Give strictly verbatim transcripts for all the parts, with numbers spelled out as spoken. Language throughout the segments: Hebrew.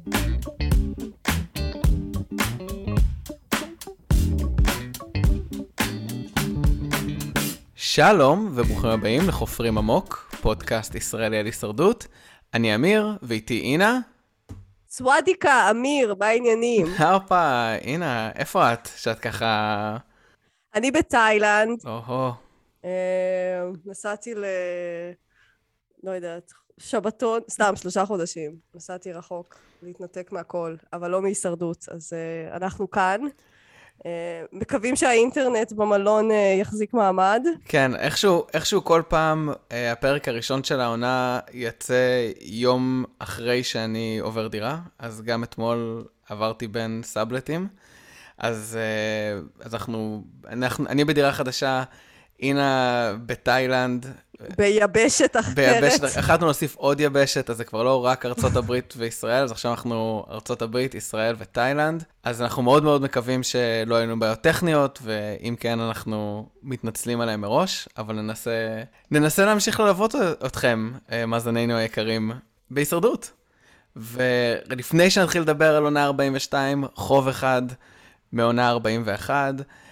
שלום וברוכים הבאים לחופרים עמוק, פודקאסט ישראלי על הישרדות. אני אמיר ואיתי אינה. סוואדיקה, אמיר, בעניינים. הופה, אינה, איפה את? שאת ככה... אני בתאילנד. אוהו. נסעתי ל... לא יודעת, שבתון, סתם, שלושה חודשים. נסעתי רחוק, להתנתק מהכל, אבל לא מהישרדות. אז אנחנו כאן. מקווים שהאינטרנט במלון יחזיק מעמד. כן, איכשהו, איכשהו כל פעם הפרק הראשון של העונה יצא יום אחרי שאני עובר דירה, אז גם אתמול עברתי בין סאבלטים, אז, אז אנחנו, אנחנו, אני בדירה חדשה, אינה בתאילנד. ביבשת אחרת. ביבשת, החלטנו להוסיף עוד יבשת, אז זה כבר לא רק ארצות הברית וישראל, אז עכשיו אנחנו ארצות הברית, ישראל ותאילנד. אז אנחנו מאוד מאוד מקווים שלא היינו בעיות טכניות, ואם כן אנחנו מתנצלים עליהם מראש, אבל ננסה, ננסה להמשיך ללוות אתכם, מאזנינו היקרים, בהישרדות. ולפני שנתחיל לדבר על עונה ארבעים ושתיים, חוב אחד מעונה ארבעים ואחת,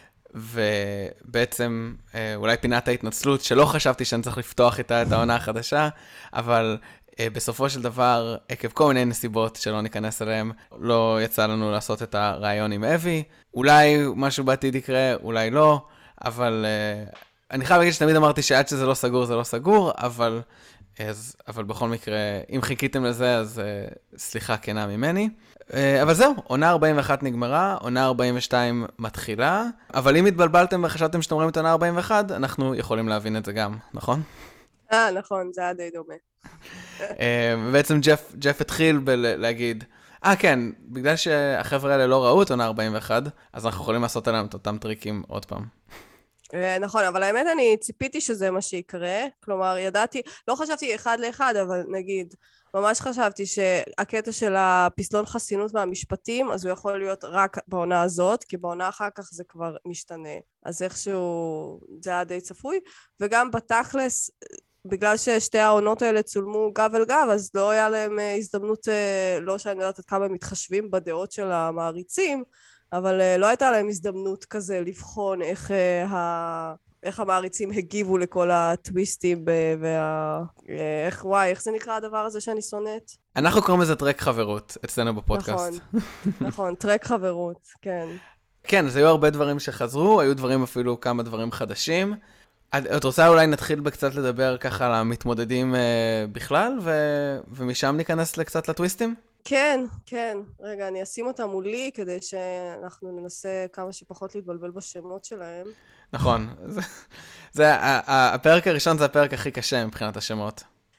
ובעצם אולי פינת ההתנצלות שלא חשבתי שאני צריך לפתוח איתה את העונה החדשה, אבל בסופו של דבר, עקב כל מיני נסיבות שלא ניכנס אליהם, לא יצא לנו לעשות את הרעיון עם אבי. אולי משהו בעתיד יקרה, אולי לא, אבל אני חייב להגיד שתמיד אמרתי שעד שזה לא סגור, זה לא סגור, אבל, אז, אבל בכל מקרה, אם חיכיתם לזה, אז סליחה כנה ממני. אבל זהו, עונה ארבעים ואחת נגמרה, עונה ארבעים ושתיים מתחילה, אבל אם התבלבלתם וחשבתם שאתם רואים את עונה ארבעים ואחת, אנחנו יכולים להבין את זה גם, נכון? אה, נכון, זה היה די דומה. ובעצם ג'ף, ג'ף התחיל בלהגיד, אה כן, בגלל שהחבר'ה האלה לא ראו את עונה ארבעים ואחת, אז אנחנו יכולים לעשות עליהם את אותם טריקים עוד פעם. נכון, אבל האמת אני ציפיתי שזה מה שיקרה, כלומר ידעתי, לא חשבתי אחד לאחד, אבל נגיד, ממש חשבתי שהקטע של הפסלון חסינות מהמשפטים, אז הוא יכול להיות רק בעונה הזאת, כי בעונה אחר כך זה כבר משתנה. אז איכשהו זה היה די צפוי, וגם בתכלס, בגלל ששתי העונות האלה צולמו גב אל גב, אז לא היה להם הזדמנות, לא שאני יודעת עד כמה הם מתחשבים בדעות של המעריצים, אבל לא הייתה להם הזדמנות כזה לבחון איך ה... איך המעריצים הגיבו לכל הטוויסטים, וה... איך, וואי, איך זה נקרא הדבר הזה שאני שונאת? אנחנו קוראים לזה טרק חברות, אצלנו בפודקאסט. נכון, נכון, טרק חברות, כן. כן, אז היו הרבה דברים שחזרו, היו דברים אפילו כמה דברים חדשים. את רוצה אולי נתחיל בקצת לדבר ככה על המתמודדים בכלל, ו... ומשם ניכנס קצת לטוויסטים? כן, כן. רגע, אני אשים אותם מולי, כדי שאנחנו ננסה כמה שפחות להתבלבל בשמות שלהם. נכון. זה, זה, הפרק הראשון זה הפרק הכי קשה מבחינת השמות.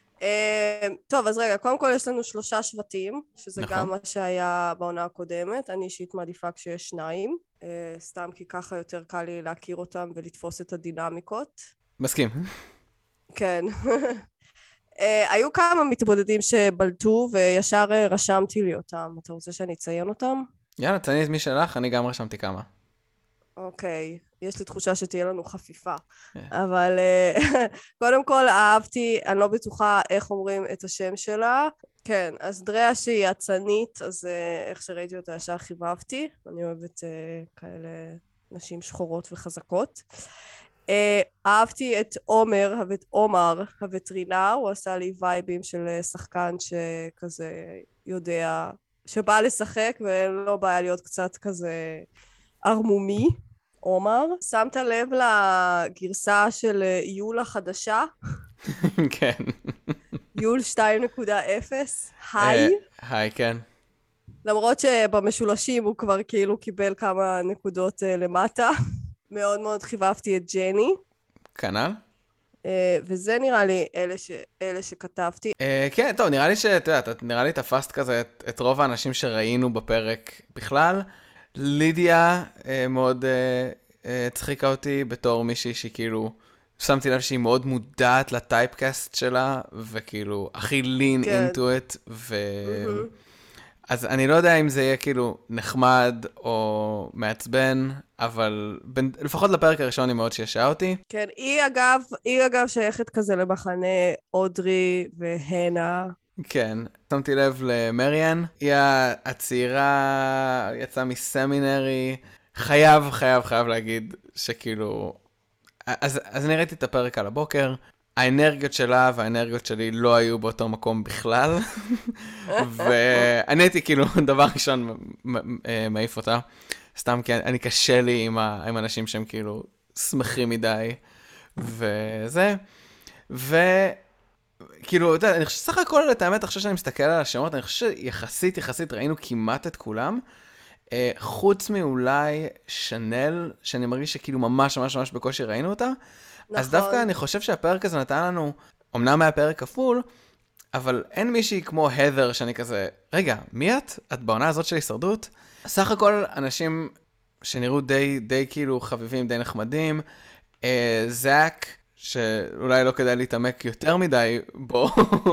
טוב, אז רגע, קודם כל יש לנו שלושה שבטים, שזה נכון. גם מה שהיה בעונה הקודמת. אני אישית מעדיפה כשיש שניים, סתם כי ככה יותר קל לי להכיר אותם ולתפוס את הדינמיקות. מסכים. כן. היו כמה מתמודדים שבלטו, וישר רשמתי לי אותם. אתה רוצה שאני אציין אותם? יאללה, תציין את מי שלך, אני גם רשמתי כמה. אוקיי, יש לי תחושה שתהיה לנו חפיפה. אבל קודם כל אהבתי, אני לא בטוחה איך אומרים את השם שלה. כן, אז דריה שהיא עצנית, אז איך שראיתי אותה ישר חיבבתי. אני אוהבת כאלה נשים שחורות וחזקות. אהבתי את עומר, את עומר הווטרינר, הוא עשה לי וייבים של שחקן שכזה יודע, שבא לשחק ולא בא להיות קצת כזה ערמומי. עומר, שמת לב לגרסה של יול החדשה? כן. יול שתיים נקודה אפס, היי. היי, כן. למרות שבמשולשים הוא כבר כאילו קיבל כמה נקודות למטה. מאוד מאוד חיבבתי את ג'ני. כנ"ל? וזה נראה לי אלה, ש... אלה שכתבתי. כן, טוב, נראה לי שאת יודעת, נראה לי תפסת כזה את, את רוב האנשים שראינו בפרק בכלל. לידיה מאוד צחיקה אותי בתור מישהי שכאילו, שמתי לב שהיא מאוד מודעת לטייפקאסט שלה, וכאילו הכי lean into it, ו... אז אני לא יודע אם זה יהיה כאילו נחמד או מעצבן, אבל בין, לפחות לפרק הראשון היא מאוד שישעה אותי. כן, היא אגב, היא אגב שייכת כזה למחנה אודרי והנה, כן, שמתי לב למריאן, היא הצעירה, יצאה מסמינרי, חייב, חייב, חייב להגיד שכאילו, אז, אז אני ראיתי את הפרק על הבוקר, האנרגיות שלה והאנרגיות שלי לא היו באותו מקום בכלל, ואני הייתי כאילו דבר ראשון מעיף אותה, סתם כי אני קשה לי עם, ה, עם אנשים שהם כאילו שמחים מדי, וזה, ו... כאילו, אתה יודע, אני חושב שסך הכל, את האמת, עכשיו שאני מסתכל על השמות, אני חושב שיחסית, יחסית ראינו כמעט את כולם, אה, חוץ מאולי שנל, שאני מרגיש שכאילו ממש ממש ממש בקושי ראינו אותה, נכון. אז דווקא אני חושב שהפרק הזה נתן לנו, אמנם היה פרק כפול, אבל אין מישהי כמו הדר שאני כזה, רגע, מי את? את בעונה הזאת של הישרדות? סך הכל אנשים שנראו די, די כאילו חביבים, די נחמדים, אה, זאק, שאולי לא כדאי להתעמק יותר מדי בו.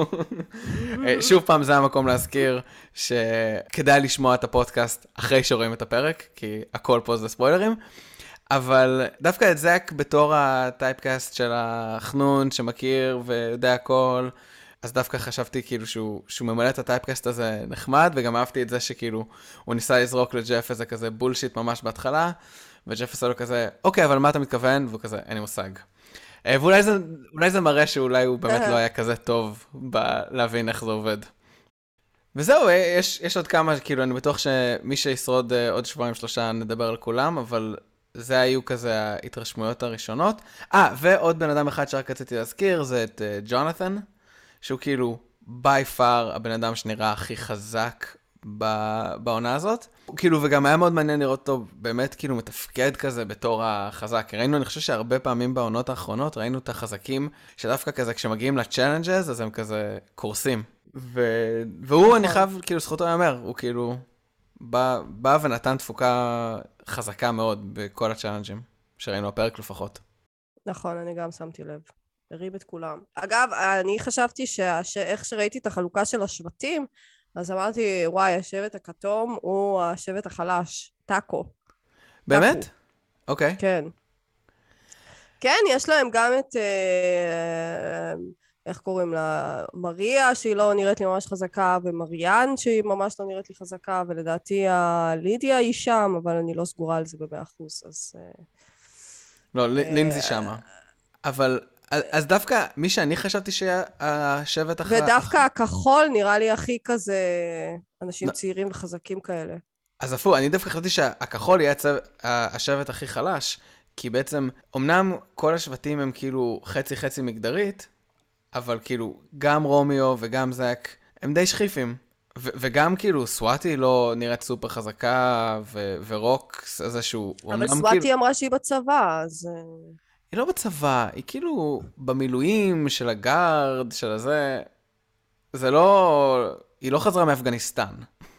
שוב פעם, זה המקום להזכיר שכדאי לשמוע את הפודקאסט אחרי שרואים את הפרק, כי הכל פה זה ספוילרים. אבל דווקא את זאק בתור הטייפקאסט של החנון שמכיר ויודע הכל, אז דווקא חשבתי כאילו שהוא, שהוא ממלא את הטייפקאסט הזה נחמד, וגם אהבתי את זה שכאילו הוא ניסה לזרוק לג'ף איזה כזה בולשיט ממש בהתחלה, וג'ף עשה לו כזה, אוקיי, אבל מה אתה מתכוון? והוא כזה, אין לי מושג. ואולי זה, אולי זה מראה שאולי הוא באמת לא היה כזה טוב להבין איך זה עובד. וזהו, יש, יש עוד כמה, כאילו, אני בטוח שמי שישרוד עוד שבועיים שלושה נדבר על כולם, אבל זה היו כזה ההתרשמויות הראשונות. אה, ועוד בן אדם אחד שרק רציתי להזכיר, זה את ג'ונתן, שהוא כאילו, by far, הבן אדם שנראה הכי חזק בעונה הזאת. כאילו, וגם היה מאוד מעניין לראות אותו באמת כאילו מתפקד כזה בתור החזק. ראינו, אני חושב שהרבה פעמים בעונות האחרונות ראינו את החזקים שדווקא כזה כשמגיעים לצ'אלנג'ז, אז הם כזה קורסים. ו... והוא, אני חייב, כאילו, זכותו יאמר, הוא כאילו בא, בא ונתן תפוקה חזקה מאוד בכל הצ'אלנג'ים שראינו הפרק לפחות. נכון, אני גם שמתי לב. הריב את כולם. אגב, אני חשבתי שאיך שראיתי את החלוקה של השבטים, אז אמרתי, וואי, השבט הכתום הוא השבט החלש, טאקו. באמת? אוקיי. כן. כן, יש להם גם את, אה, איך קוראים לה, מריה, שהיא לא נראית לי ממש חזקה, ומריאן, שהיא ממש לא נראית לי חזקה, ולדעתי הלידיה היא שם, אבל אני לא סגורה על זה במאה אחוז, אז... לא, לינזי שמה. אבל... אז דווקא מי שאני חשבתי שהשבט אחרי... ודווקא הכחול נראה לי הכי כזה אנשים צעירים וחזקים כאלה. אז אפילו, אני דווקא חשבתי שהכחול יהיה השבט הכי חלש, כי בעצם, אמנם כל השבטים הם כאילו חצי-חצי מגדרית, אבל כאילו גם רומיו וגם זאק הם די שכיפים. וגם כאילו סואטי לא נראית סופר חזקה, ורוק איזשהו... אבל סואטי אמרה שהיא בצבא, אז... היא לא בצבא, היא כאילו במילואים של הגארד, של הזה, זה לא, היא לא חזרה מאפגניסטן.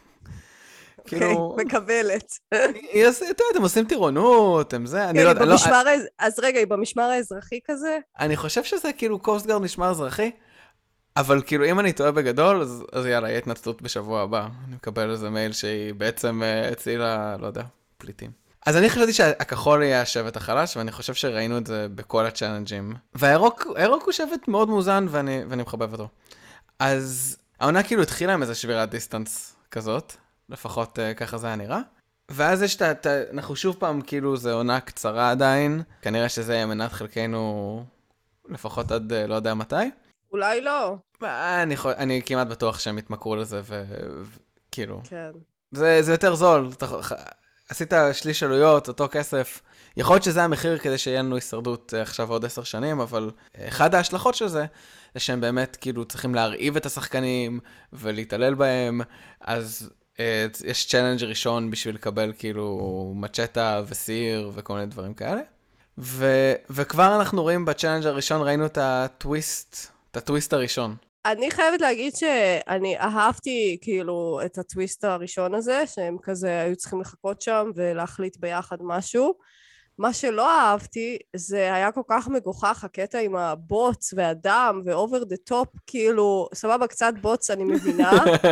אוקיי, מקבלת. היא עושה, אתה יודע, הם עושים טירונות, הם זה, אני לא יודע. אז רגע, היא במשמר האזרחי כזה? אני חושב שזה כאילו קוסט גארד משמר אזרחי, אבל כאילו אם אני טועה בגדול, אז יאללה, יהיה התנצלות בשבוע הבא. אני מקבל איזה מייל שהיא בעצם הצילה, לא יודע, פליטים. אז אני חשבתי שהכחול יהיה השבט החלש, ואני חושב שראינו את זה בכל הצ'אלנג'ים. והירוק הוא שבט מאוד מוזן, ואני, ואני מחבב אותו. אז העונה כאילו התחילה עם איזה שבירת דיסטנס כזאת, לפחות uh, ככה זה היה נראה. ואז יש את, אנחנו שוב פעם, כאילו זה עונה קצרה עדיין, כנראה שזה יהיה מנת חלקנו לפחות עד uh, לא יודע מתי. אולי לא. אני, אני כמעט בטוח שהם יתמכרו לזה, וכאילו... כן. זה, זה יותר זול, עשית שליש עלויות, אותו כסף. יכול להיות שזה המחיר כדי שיהיה לנו הישרדות עכשיו עוד עשר שנים, אבל אחד ההשלכות של זה, זה שהם באמת כאילו צריכים להרעיב את השחקנים ולהתעלל בהם, אז אה, יש צ'אלנג' ראשון בשביל לקבל כאילו מצ'טה וסיר וכל מיני דברים כאלה. ו, וכבר אנחנו רואים בצ'אלנג' הראשון, ראינו את הטוויסט, את הטוויסט הראשון. אני חייבת להגיד שאני אהבתי כאילו את הטוויסט הראשון הזה, שהם כזה היו צריכים לחכות שם ולהחליט ביחד משהו. מה שלא אהבתי זה היה כל כך מגוחך, הקטע עם הבוץ והדם ואובר דה טופ, כאילו, סבבה, קצת בוץ אני מבינה.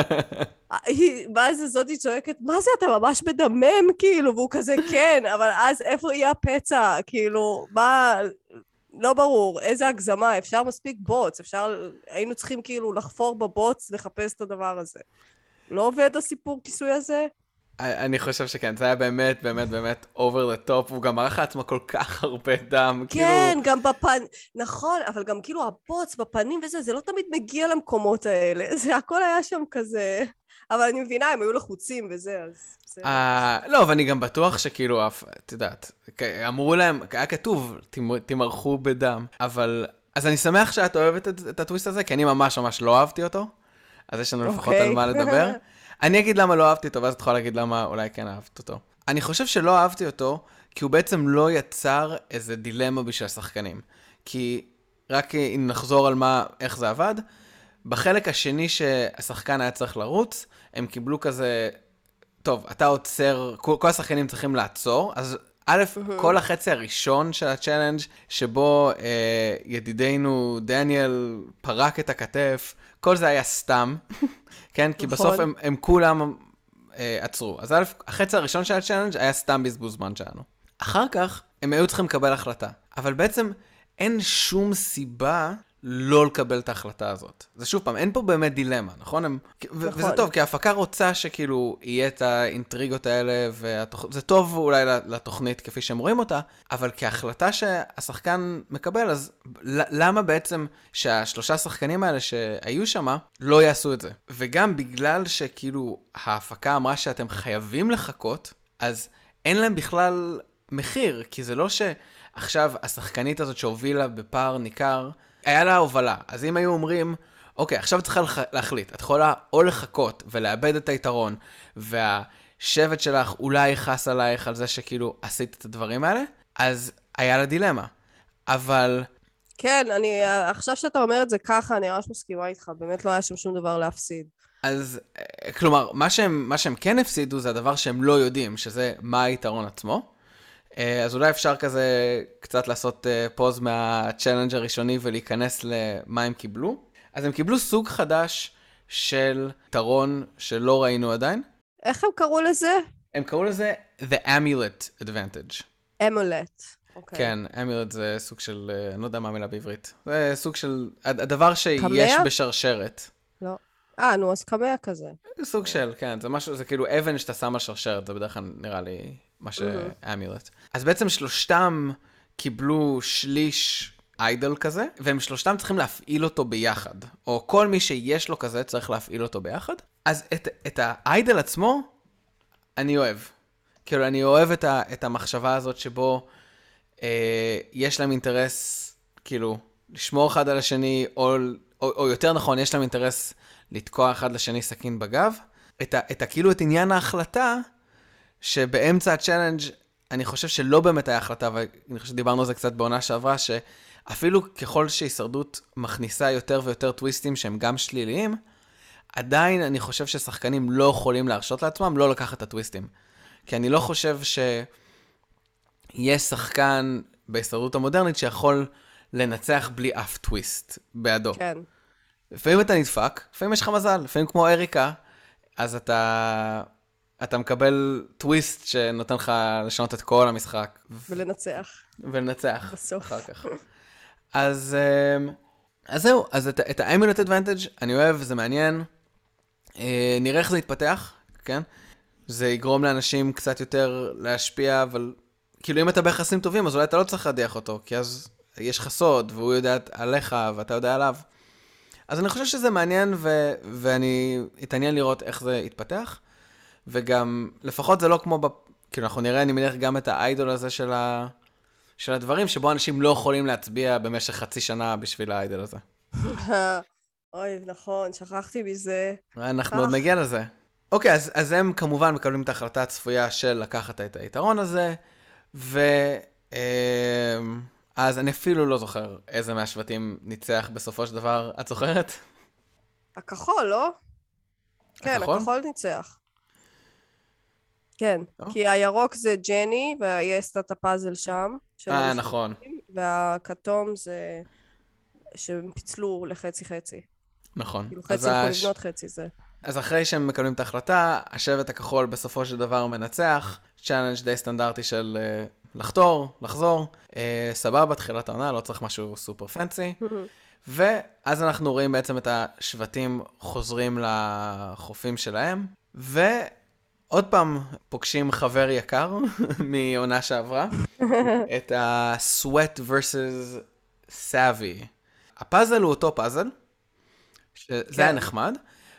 מה זה זאתי צועקת, מה זה אתה ממש מדמם כאילו, והוא כזה כן, אבל אז איפה יהיה הפצע, כאילו, מה... לא ברור, איזה הגזמה, אפשר מספיק בוץ, אפשר, היינו צריכים כאילו לחפור בבוץ, לחפש את הדבר הזה. לא עובד הסיפור כיסוי הזה? אני חושב שכן, זה היה באמת, באמת, באמת over the top, הוא גם ערך לעצמו כל כך הרבה דם, כאילו... כן, גם בפן... נכון, אבל גם כאילו הבוץ בפנים וזה, זה לא תמיד מגיע למקומות האלה, זה הכל היה שם כזה... אבל אני מבינה, הם היו לחוצים וזה, אז... Uh, לא, ואני גם בטוח שכאילו, את יודעת, אמרו להם, היה כתוב, תמרחו בדם, אבל... אז אני שמח שאת אוהבת את, את הטוויסט הזה, כי אני ממש ממש לא אהבתי אותו, אז יש לנו לפחות על מה לדבר. אני אגיד למה לא אהבתי אותו, ואז את יכולה להגיד למה אולי כן אהבת אותו. אני חושב שלא אהבתי אותו, כי הוא בעצם לא יצר איזה דילמה בשביל השחקנים. כי רק אם נחזור על מה, איך זה עבד, בחלק השני שהשחקן היה צריך לרוץ, הם קיבלו כזה, טוב, אתה עוצר, כל, כל השחקנים צריכים לעצור, אז א', mm-hmm. כל החצי הראשון של הצ'אלנג' שבו אה, ידידנו דניאל פרק את הכתף, כל זה היה סתם, כן? כי בסוף הם, הם כולם אה, עצרו. אז א', החצי הראשון של הצ'אלנג' היה סתם בזבוז זמן שלנו. אחר כך, הם היו צריכים לקבל החלטה. אבל בעצם אין שום סיבה לא לקבל את ההחלטה הזאת. זה שוב פעם, אין פה באמת דילמה, נכון? הם, נכון. וזה טוב, כי ההפקה רוצה שכאילו יהיה את האינטריגות האלה, והתוכ... זה טוב אולי לתוכנית כפי שהם רואים אותה, אבל כהחלטה שהשחקן מקבל, אז למה בעצם שהשלושה שחקנים האלה שהיו שם לא יעשו את זה? וגם בגלל שכאילו ההפקה אמרה שאתם חייבים לחכות, אז אין להם בכלל מחיר, כי זה לא שעכשיו השחקנית הזאת שהובילה בפער ניכר, היה לה הובלה. אז אם היו אומרים, אוקיי, עכשיו צריכה להחליט, את יכולה או לחכות ולאבד את היתרון, והשבט שלך אולי יחס עלייך על זה שכאילו עשית את הדברים האלה, אז היה לה דילמה. אבל... כן, אני, עכשיו שאתה אומר את זה ככה, אני ממש מסכימה איתך, באמת לא היה שם שום דבר להפסיד. אז, כלומר, מה שהם, מה שהם כן הפסידו זה הדבר שהם לא יודעים, שזה מה היתרון עצמו. אז אולי אפשר כזה קצת לעשות פוז מהצ'אלנג' הראשוני ולהיכנס למה הם קיבלו. אז הם קיבלו סוג חדש של יתרון שלא ראינו עדיין. איך הם קראו לזה? הם קראו לזה The Amulet Advantage. אמולט. Okay. כן, אמולט זה סוג של, אני לא יודע מה המילה בעברית. זה סוג של, הדבר שיש קמע? בשרשרת. לא. אה, נו, אז קמע כזה. זה סוג של, כן, זה משהו, זה כאילו אבן שאתה שם על שרשרת, זה בדרך כלל נראה לי מה שאמולט. אז בעצם שלושתם קיבלו שליש איידל כזה, והם שלושתם צריכים להפעיל אותו ביחד. או כל מי שיש לו כזה צריך להפעיל אותו ביחד. אז את, את האיידל עצמו, אני אוהב. כאילו, אני אוהב את, ה, את המחשבה הזאת שבו אה, יש להם אינטרס, כאילו, לשמור אחד על השני, או, או, או יותר נכון, יש להם אינטרס לתקוע אחד לשני סכין בגב. את, ה, את ה, כאילו, את עניין ההחלטה, שבאמצע הצ'אלנג' אני חושב שלא באמת היה החלטה, ואני חושב שדיברנו על זה קצת בעונה שעברה, שאפילו ככל שהישרדות מכניסה יותר ויותר טוויסטים שהם גם שליליים, עדיין אני חושב ששחקנים לא יכולים להרשות לעצמם לא לקחת את הטוויסטים. כי אני לא חושב שיש שחקן בהישרדות המודרנית שיכול לנצח בלי אף טוויסט בעדו. כן. לפעמים אתה נדפק, לפעמים יש לך מזל, לפעמים כמו אריקה, אז אתה... אתה מקבל טוויסט שנותן לך לשנות את כל המשחק. ולנצח. ולנצח. בסוף. אחר כך. אז, אז זהו, אז את, את ה-Amulet Advantage אני אוהב, זה מעניין. נראה איך זה יתפתח, כן? זה יגרום לאנשים קצת יותר להשפיע, אבל כאילו אם אתה ביחסים טובים, אז אולי אתה לא צריך להדיח אותו, כי אז יש לך סוד, והוא יודע עליך, ואתה יודע עליו. אז אני חושב שזה מעניין, ו- ואני אתעניין לראות איך זה יתפתח. וגם, לפחות זה לא כמו, ב... כאילו אנחנו נראה, אני מניח גם את האיידול הזה של, ה... של הדברים, שבו אנשים לא יכולים להצביע במשך חצי שנה בשביל האיידול הזה. אוי, נכון, שכחתי מזה. אנחנו עוד נגיע לזה. אוקיי, אז, אז הם כמובן מקבלים את ההחלטה הצפויה של לקחת את היתרון הזה, ו... אז אני אפילו לא זוכר איזה מהשבטים ניצח בסופו של דבר. את זוכרת? הכחול, לא? כן, הכחול? הכחול ניצח. כן, כי הירוק זה ג'ני, ויש את הפאזל שם. אה, נכון. והכתום זה שהם פיצלו לחצי חצי. נכון. כאילו חצי יכול לבנות חצי זה. אז אחרי שהם מקבלים את ההחלטה, השבט הכחול בסופו של דבר מנצח, צ'אלנג' די סטנדרטי של לחתור, לחזור, אה, סבבה, תחילת העונה, לא צריך משהו סופר פנסי. ואז אנחנו רואים בעצם את השבטים חוזרים לחופים שלהם, ועוד פעם פוגשים חבר יקר מעונה שעברה, את ה-Sweat versus Savvy. הפאזל הוא אותו פאזל, שזה היה נחמד,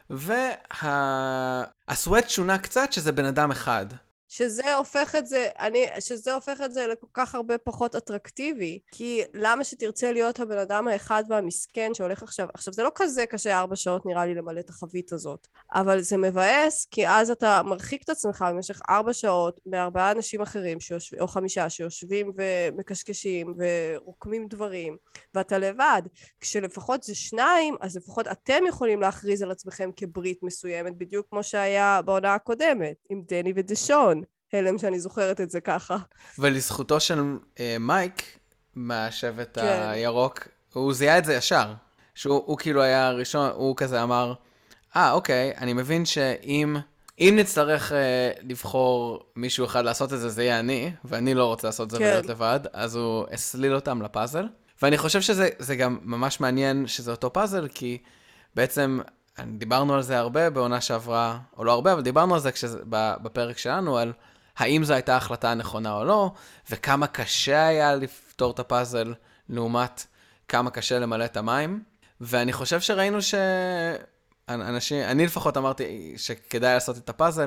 וה-Sweat שונה קצת שזה בן אדם אחד. שזה הופך את זה, אני, שזה הופך את זה לכל כך הרבה פחות אטרקטיבי, כי למה שתרצה להיות הבן אדם האחד והמסכן שהולך עכשיו, עכשיו זה לא כזה קשה ארבע שעות נראה לי למלא את החבית הזאת, אבל זה מבאס, כי אז אתה מרחיק את עצמך במשך ארבע שעות מארבעה אנשים אחרים, שיושב, או חמישה, שיושבים ומקשקשים ורוקמים דברים, ואתה לבד, כשלפחות זה שניים, אז לפחות אתם יכולים להכריז על עצמכם כברית מסוימת, בדיוק כמו שהיה בעונה הקודמת, עם דני ודשון. הלם שאני זוכרת את זה ככה. ולזכותו של אה, מייק, מהשבט כן. הירוק, הוא זיהה את זה ישר. שהוא הוא כאילו היה ראשון, הוא כזה אמר, אה, ah, אוקיי, אני מבין שאם אם נצטרך אה, לבחור מישהו אחד לעשות את זה, זה יהיה אני, ואני לא רוצה לעשות את זה כן. ולהיות לבד, אז הוא הסליל אותם לפאזל. ואני חושב שזה זה גם ממש מעניין שזה אותו פאזל, כי בעצם דיברנו על זה הרבה בעונה שעברה, או לא הרבה, אבל דיברנו על זה כשזה, בפרק שלנו, על האם זו הייתה החלטה הנכונה או לא, וכמה קשה היה לפתור את הפאזל, לעומת כמה קשה למלא את המים. ואני חושב שראינו שאנשים, אני לפחות אמרתי שכדאי לעשות את הפאזל,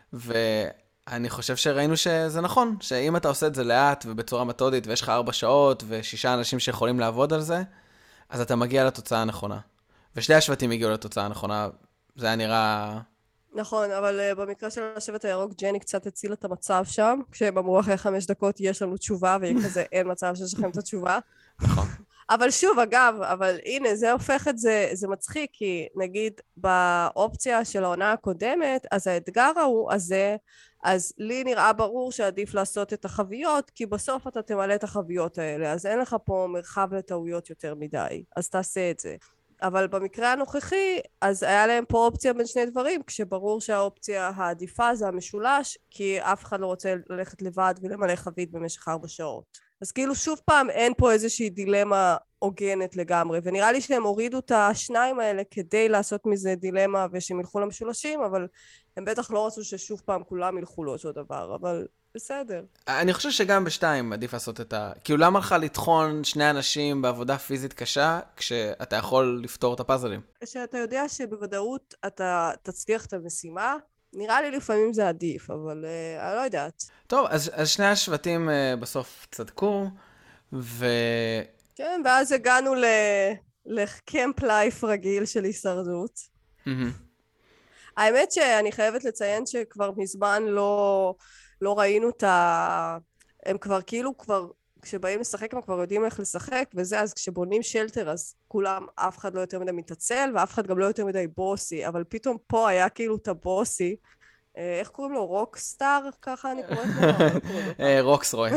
ואני חושב שראינו שזה נכון, שאם אתה עושה את זה לאט ובצורה מתודית, ויש לך ארבע שעות ושישה אנשים שיכולים לעבוד על זה, אז אתה מגיע לתוצאה הנכונה. ושני השבטים הגיעו לתוצאה הנכונה, זה היה נראה... נכון, אבל uh, במקרה של השבט הירוק, ג'ני קצת הצילה את המצב שם, כשהם אמרו אחרי חמש דקות, יש לנו תשובה, והיא כזה, אין מצב שיש לכם את התשובה. נכון. אבל שוב, אגב, אבל הנה, זה הופך את זה, זה מצחיק, כי נגיד באופציה של העונה הקודמת, אז האתגר ההוא הזה, אז לי נראה ברור שעדיף לעשות את החביות, כי בסוף אתה תמלא את החביות האלה, אז אין לך פה מרחב לטעויות יותר מדי, אז תעשה את זה. אבל במקרה הנוכחי, אז היה להם פה אופציה בין שני דברים, כשברור שהאופציה העדיפה זה המשולש, כי אף אחד לא רוצה ללכת לבד ולמלא חבית במשך ארבע שעות. אז כאילו שוב פעם אין פה איזושהי דילמה הוגנת לגמרי, ונראה לי שהם הורידו את השניים האלה כדי לעשות מזה דילמה ושהם ילכו למשולשים, אבל הם בטח לא רצו ששוב פעם כולם ילכו לאותו דבר, אבל בסדר. אני חושב שגם בשתיים עדיף לעשות את ה... כאילו למה לך לטחון שני אנשים בעבודה פיזית קשה, כשאתה יכול לפתור את הפאזלים? כשאתה יודע שבוודאות אתה תצליח את המשימה, נראה לי לפעמים זה עדיף, אבל uh, אני לא יודעת. טוב, אז, אז שני השבטים uh, בסוף צדקו, ו... כן, ואז הגענו ל... לקמפ לייף רגיל של הישרדות. Mm-hmm. האמת שאני חייבת לציין שכבר מזמן לא, לא ראינו את ה... הם כבר כאילו כבר, כשבאים לשחק הם כבר יודעים איך לשחק, וזה אז כשבונים שלטר אז כולם, אף אחד לא יותר מדי מתעצל, ואף אחד גם לא יותר מדי בוסי, אבל פתאום פה היה כאילו את הבוסי, איך קוראים לו? רוקסטאר? ככה אני קוראת לו? רוקסרוי.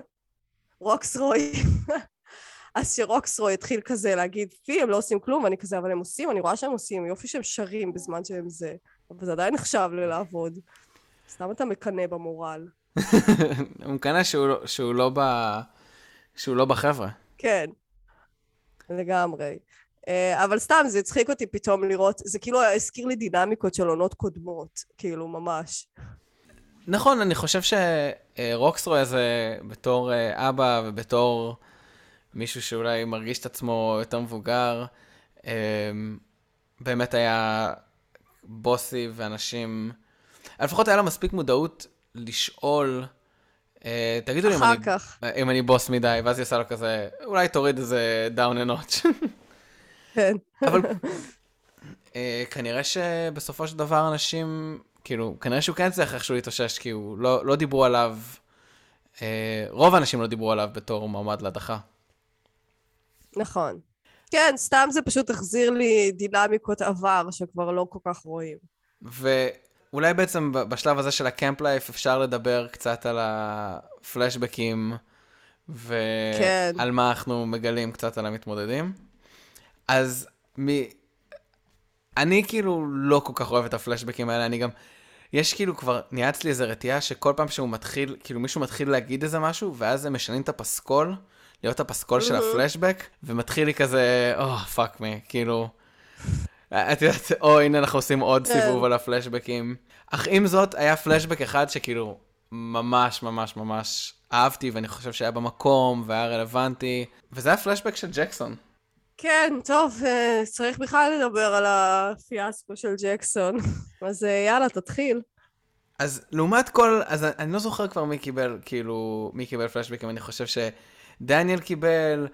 רוקסרוי. אז שרוקסרוי התחיל כזה להגיד, פי, הם לא עושים כלום, ואני כזה, אבל הם עושים, אני רואה שהם עושים, יופי שהם שרים בזמן שהם זה, אבל זה עדיין נחשב ללעבוד. סתם אתה מקנה במורל. הוא מקנה שהוא, שהוא, לא ב... שהוא לא בחבר'ה. כן, לגמרי. אבל סתם, זה הצחיק אותי פתאום לראות, זה כאילו הזכיר לי דינמיקות של עונות קודמות, כאילו ממש. נכון, אני חושב שרוקסרוי הזה, בתור אבא ובתור מישהו שאולי מרגיש את עצמו יותר מבוגר, באמת היה בוסי ואנשים, לפחות היה לה מספיק מודעות לשאול, תגידו לי אם אני, אם אני בוס מדי, ואז היא עושה לו כזה, אולי תוריד איזה דאון אנוץ'. כן. אבל כנראה שבסופו של דבר אנשים, כאילו, כנראה שהוא כן צריך איכשהו להתאושש, כי הוא לא, לא דיברו עליו, רוב האנשים לא דיברו עליו בתור מועמד להדחה. נכון. כן, סתם זה פשוט החזיר לי דינמיקות עבר שכבר לא כל כך רואים. ואולי בעצם בשלב הזה של הקמפ לייף אפשר לדבר קצת על הפלשבקים, ועל כן. מה אנחנו מגלים קצת על המתמודדים. אז מ... אני כאילו לא כל כך אוהב את הפלשבקים האלה, אני גם יש כאילו כבר, נהיה אצלי איזו רתיעה שכל פעם שהוא מתחיל, כאילו מישהו מתחיל להגיד איזה משהו, ואז הם משנים את הפסקול, להיות הפסקול של הפלשבק, ומתחיל לי כזה, או, פאק מי, כאילו, את יודעת, או, הנה אנחנו עושים עוד סיבוב על הפלשבקים. אך עם זאת, היה פלשבק אחד שכאילו, ממש ממש ממש אהבתי, ואני חושב שהיה במקום, והיה רלוונטי, וזה היה פלשבק של ג'קסון. כן, טוב, צריך בכלל לדבר על הפיאסקו של ג'קסון. אז יאללה, תתחיל. אז לעומת כל, אז אני לא זוכר כבר מי קיבל, כאילו, מי קיבל פלשבקים, אני חושב שדניאל קיבל,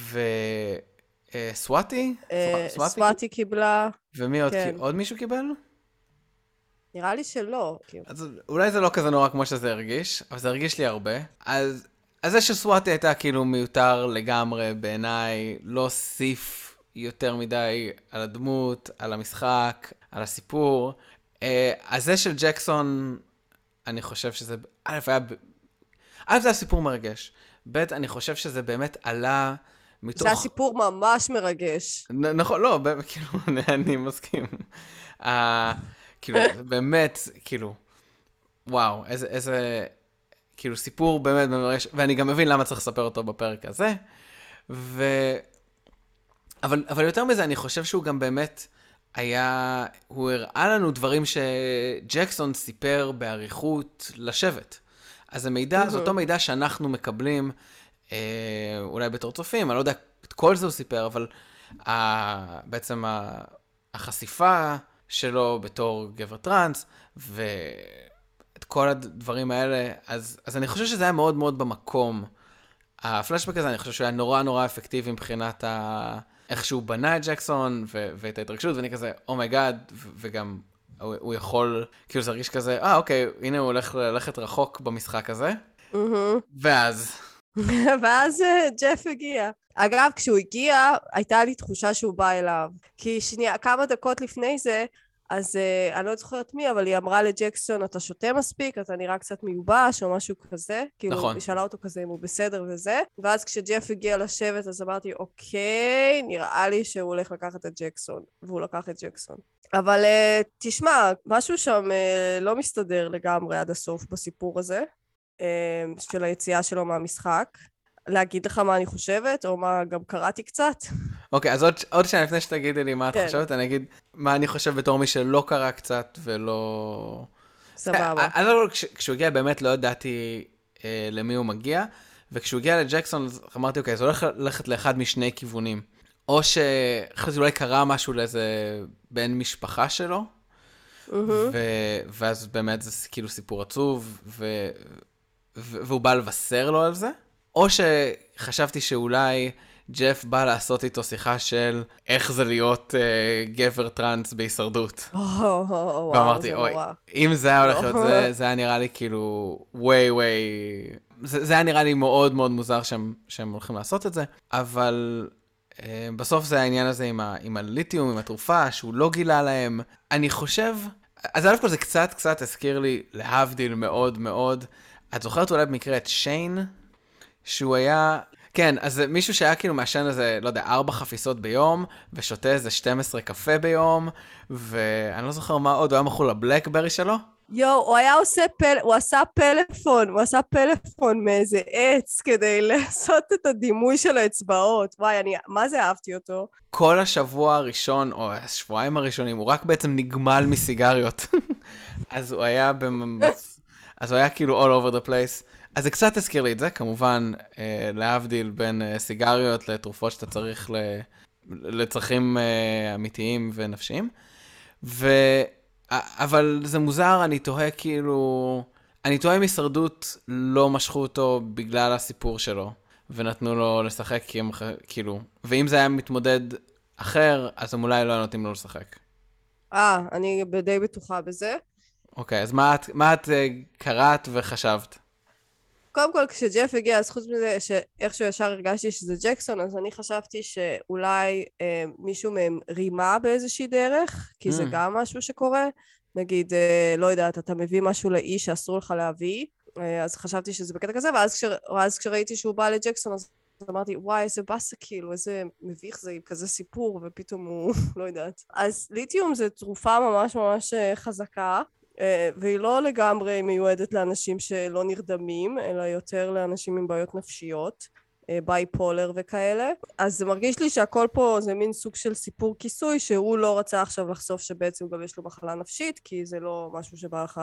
וסואטי? סואטי קיבלה. ומי עוד? עוד מישהו קיבל? נראה לי שלא. אז אולי זה לא כזה נורא כמו שזה הרגיש, אבל זה הרגיש לי הרבה. אז, אז זה שסואטי הייתה כאילו מיותר לגמרי בעיניי, לא הוסיף יותר מדי על הדמות, על המשחק, על הסיפור. אז זה של ג'קסון, אני חושב שזה, א', היה, א', זה הסיפור מרגש. ב', אני חושב שזה באמת עלה מתוך... זה הסיפור ממש מרגש. נכון, לא, כאילו, אני מסכים. כאילו, באמת, כאילו, וואו, איזה, איזה, כאילו, סיפור באמת מרגש, ואני גם מבין למה צריך לספר אותו בפרק הזה, ו... אבל, אבל יותר מזה, אני חושב שהוא גם באמת היה, הוא הראה לנו דברים שג'קסון סיפר בעריכות לשבט. אז המידע, זה אותו מידע שאנחנו מקבלים, אה, אולי בתור צופים, אני לא יודע, את כל זה הוא סיפר, אבל ה, בעצם ה, החשיפה שלו בתור גבר טרנס, ואת כל הדברים האלה, אז, אז אני חושב שזה היה מאוד מאוד במקום. הפלשבק הזה, אני חושב שהוא היה נורא נורא אפקטיבי מבחינת ה... איך שהוא בנה את ג'קסון, ו- ואת ההתרגשות, ואני כזה, אומייגאד, ו- וגם הוא, הוא יכול, כאילו זה הרגיש כזה, אה, אוקיי, הנה הוא הולך ללכת רחוק במשחק הזה. ואז... ואז ג'ף הגיע. אגב, כשהוא הגיע, הייתה לי תחושה שהוא בא אליו. כי שנייה, כמה דקות לפני זה, אז uh, אני לא זוכרת מי, אבל היא אמרה לג'קסון, אתה שותה מספיק, אתה נראה קצת מיובש או משהו כזה. כאילו, נכון. היא שאלה אותו כזה אם הוא בסדר וזה. ואז כשג'ף הגיע לשבת, אז אמרתי, אוקיי, נראה לי שהוא הולך לקחת את ג'קסון. והוא לקח את ג'קסון. אבל uh, תשמע, משהו שם uh, לא מסתדר לגמרי עד הסוף בסיפור הזה, uh, של היציאה שלו מהמשחק. להגיד לך מה אני חושבת, או מה גם קראתי קצת. אוקיי, אז עוד, עוד שנייה לפני שתגידי לי מה את חושבת, אני אגיד מה אני חושב בתור מי שלא קרא קצת ולא... סבבה. אני לא, כשהוא הגיע באמת לא ידעתי אה, למי הוא מגיע, וכשהוא הגיע לג'קסון אמרתי, אוקיי, זה הולך ללכת לאחד משני כיוונים. או שאחרי אולי קרה משהו לאיזה בן משפחה שלו, ו... ואז באמת זה כאילו סיפור עצוב, ו... ו... והוא בא לבשר לו על זה. או שחשבתי שאולי ג'ף בא לעשות איתו שיחה של איך זה להיות uh, גבר טרנס בהישרדות. ואמרתי, אוי, אם זה היה הולך להיות, זה, זה היה נראה לי כאילו, ווי ווי, זה, זה היה נראה לי מאוד מאוד מוזר שהם, שהם הולכים לעשות את זה, אבל uh, בסוף זה העניין הזה עם, ה, עם הליתיום, עם התרופה, שהוא לא גילה להם. אני חושב, אז אלף כל זה קצת קצת הזכיר לי להבדיל מאוד מאוד. את זוכרת אולי במקרה את שיין? שהוא היה, כן, אז מישהו שהיה כאילו מעשן איזה, לא יודע, ארבע חפיסות ביום, ושותה איזה שתים עשרה קפה ביום, ואני לא זוכר מה עוד, הוא היה מכור לבלקברי שלו? יו, הוא היה עושה פל... הוא עשה פלאפון, הוא עשה פלאפון מאיזה עץ, כדי לעשות את הדימוי של האצבעות. וואי, אני, מה זה אהבתי אותו? כל השבוע הראשון, או השבועיים הראשונים, הוא רק בעצם נגמל מסיגריות. אז הוא היה במ... אז הוא היה כאילו all over the place. אז זה קצת הזכיר לי את זה, כמובן, אה, להבדיל בין אה, סיגריות לתרופות שאתה צריך ל... לצרכים אה, אמיתיים ונפשיים. ו... אבל זה מוזר, אני תוהה כאילו... אני תוהה אם הישרדות לא משכו אותו בגלל הסיפור שלו, ונתנו לו לשחק כי הם, כאילו... ואם זה היה מתמודד אחר, אז הם אולי לא נותנים לו לשחק. אה, אני די בטוחה בזה. אוקיי, אז מה את, מה את אה, קראת וחשבת? קודם כל, כשג'ף הגיע, אז חוץ מזה שאיכשהו ישר הרגשתי שזה ג'קסון, אז אני חשבתי שאולי אה, מישהו מהם רימה באיזושהי דרך, כי mm. זה גם משהו שקורה. נגיד, אה, לא יודעת, אתה מביא משהו לאיש שאסור לך להביא, אה, אז חשבתי שזה בקטע כזה, ואז, כש, ואז כשראיתי שהוא בא לג'קסון, אז אמרתי, וואי, איזה באסה, כאילו, איזה מביך זה, כזה סיפור, ופתאום הוא, לא יודעת. אז ליתיום זה תרופה ממש ממש חזקה, והיא לא לגמרי מיועדת לאנשים שלא נרדמים, אלא יותר לאנשים עם בעיות נפשיות, בייפולר וכאלה. אז זה מרגיש לי שהכל פה זה מין סוג של סיפור כיסוי, שהוא לא רצה עכשיו לחשוף שבעצם גם יש לו מחלה נפשית, כי זה לא משהו שבא לך,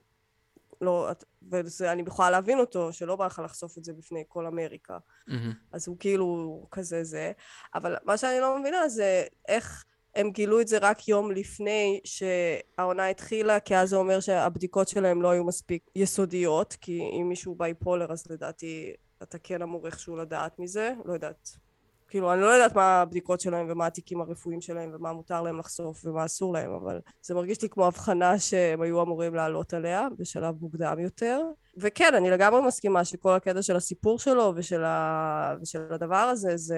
לא, ואני יכולה להבין אותו, שלא בא לך לחשוף את זה בפני כל אמריקה. Mm-hmm. אז הוא כאילו כזה זה. אבל מה שאני לא מבינה זה איך הם גילו את זה רק יום לפני שהעונה התחילה, כי אז זה אומר שהבדיקות שלהם לא היו מספיק יסודיות, כי אם מישהו בייפולר אז לדעתי אתה כן אמור איכשהו לדעת מזה, לא יודעת. כאילו, אני לא יודעת מה הבדיקות שלהם ומה התיקים הרפואיים שלהם ומה מותר להם לחשוף ומה אסור להם, אבל זה מרגיש לי כמו הבחנה שהם היו אמורים לעלות עליה בשלב מוקדם יותר. וכן, אני לגמרי מסכימה שכל הקטע של הסיפור שלו ושל, ה... ושל הדבר הזה, זה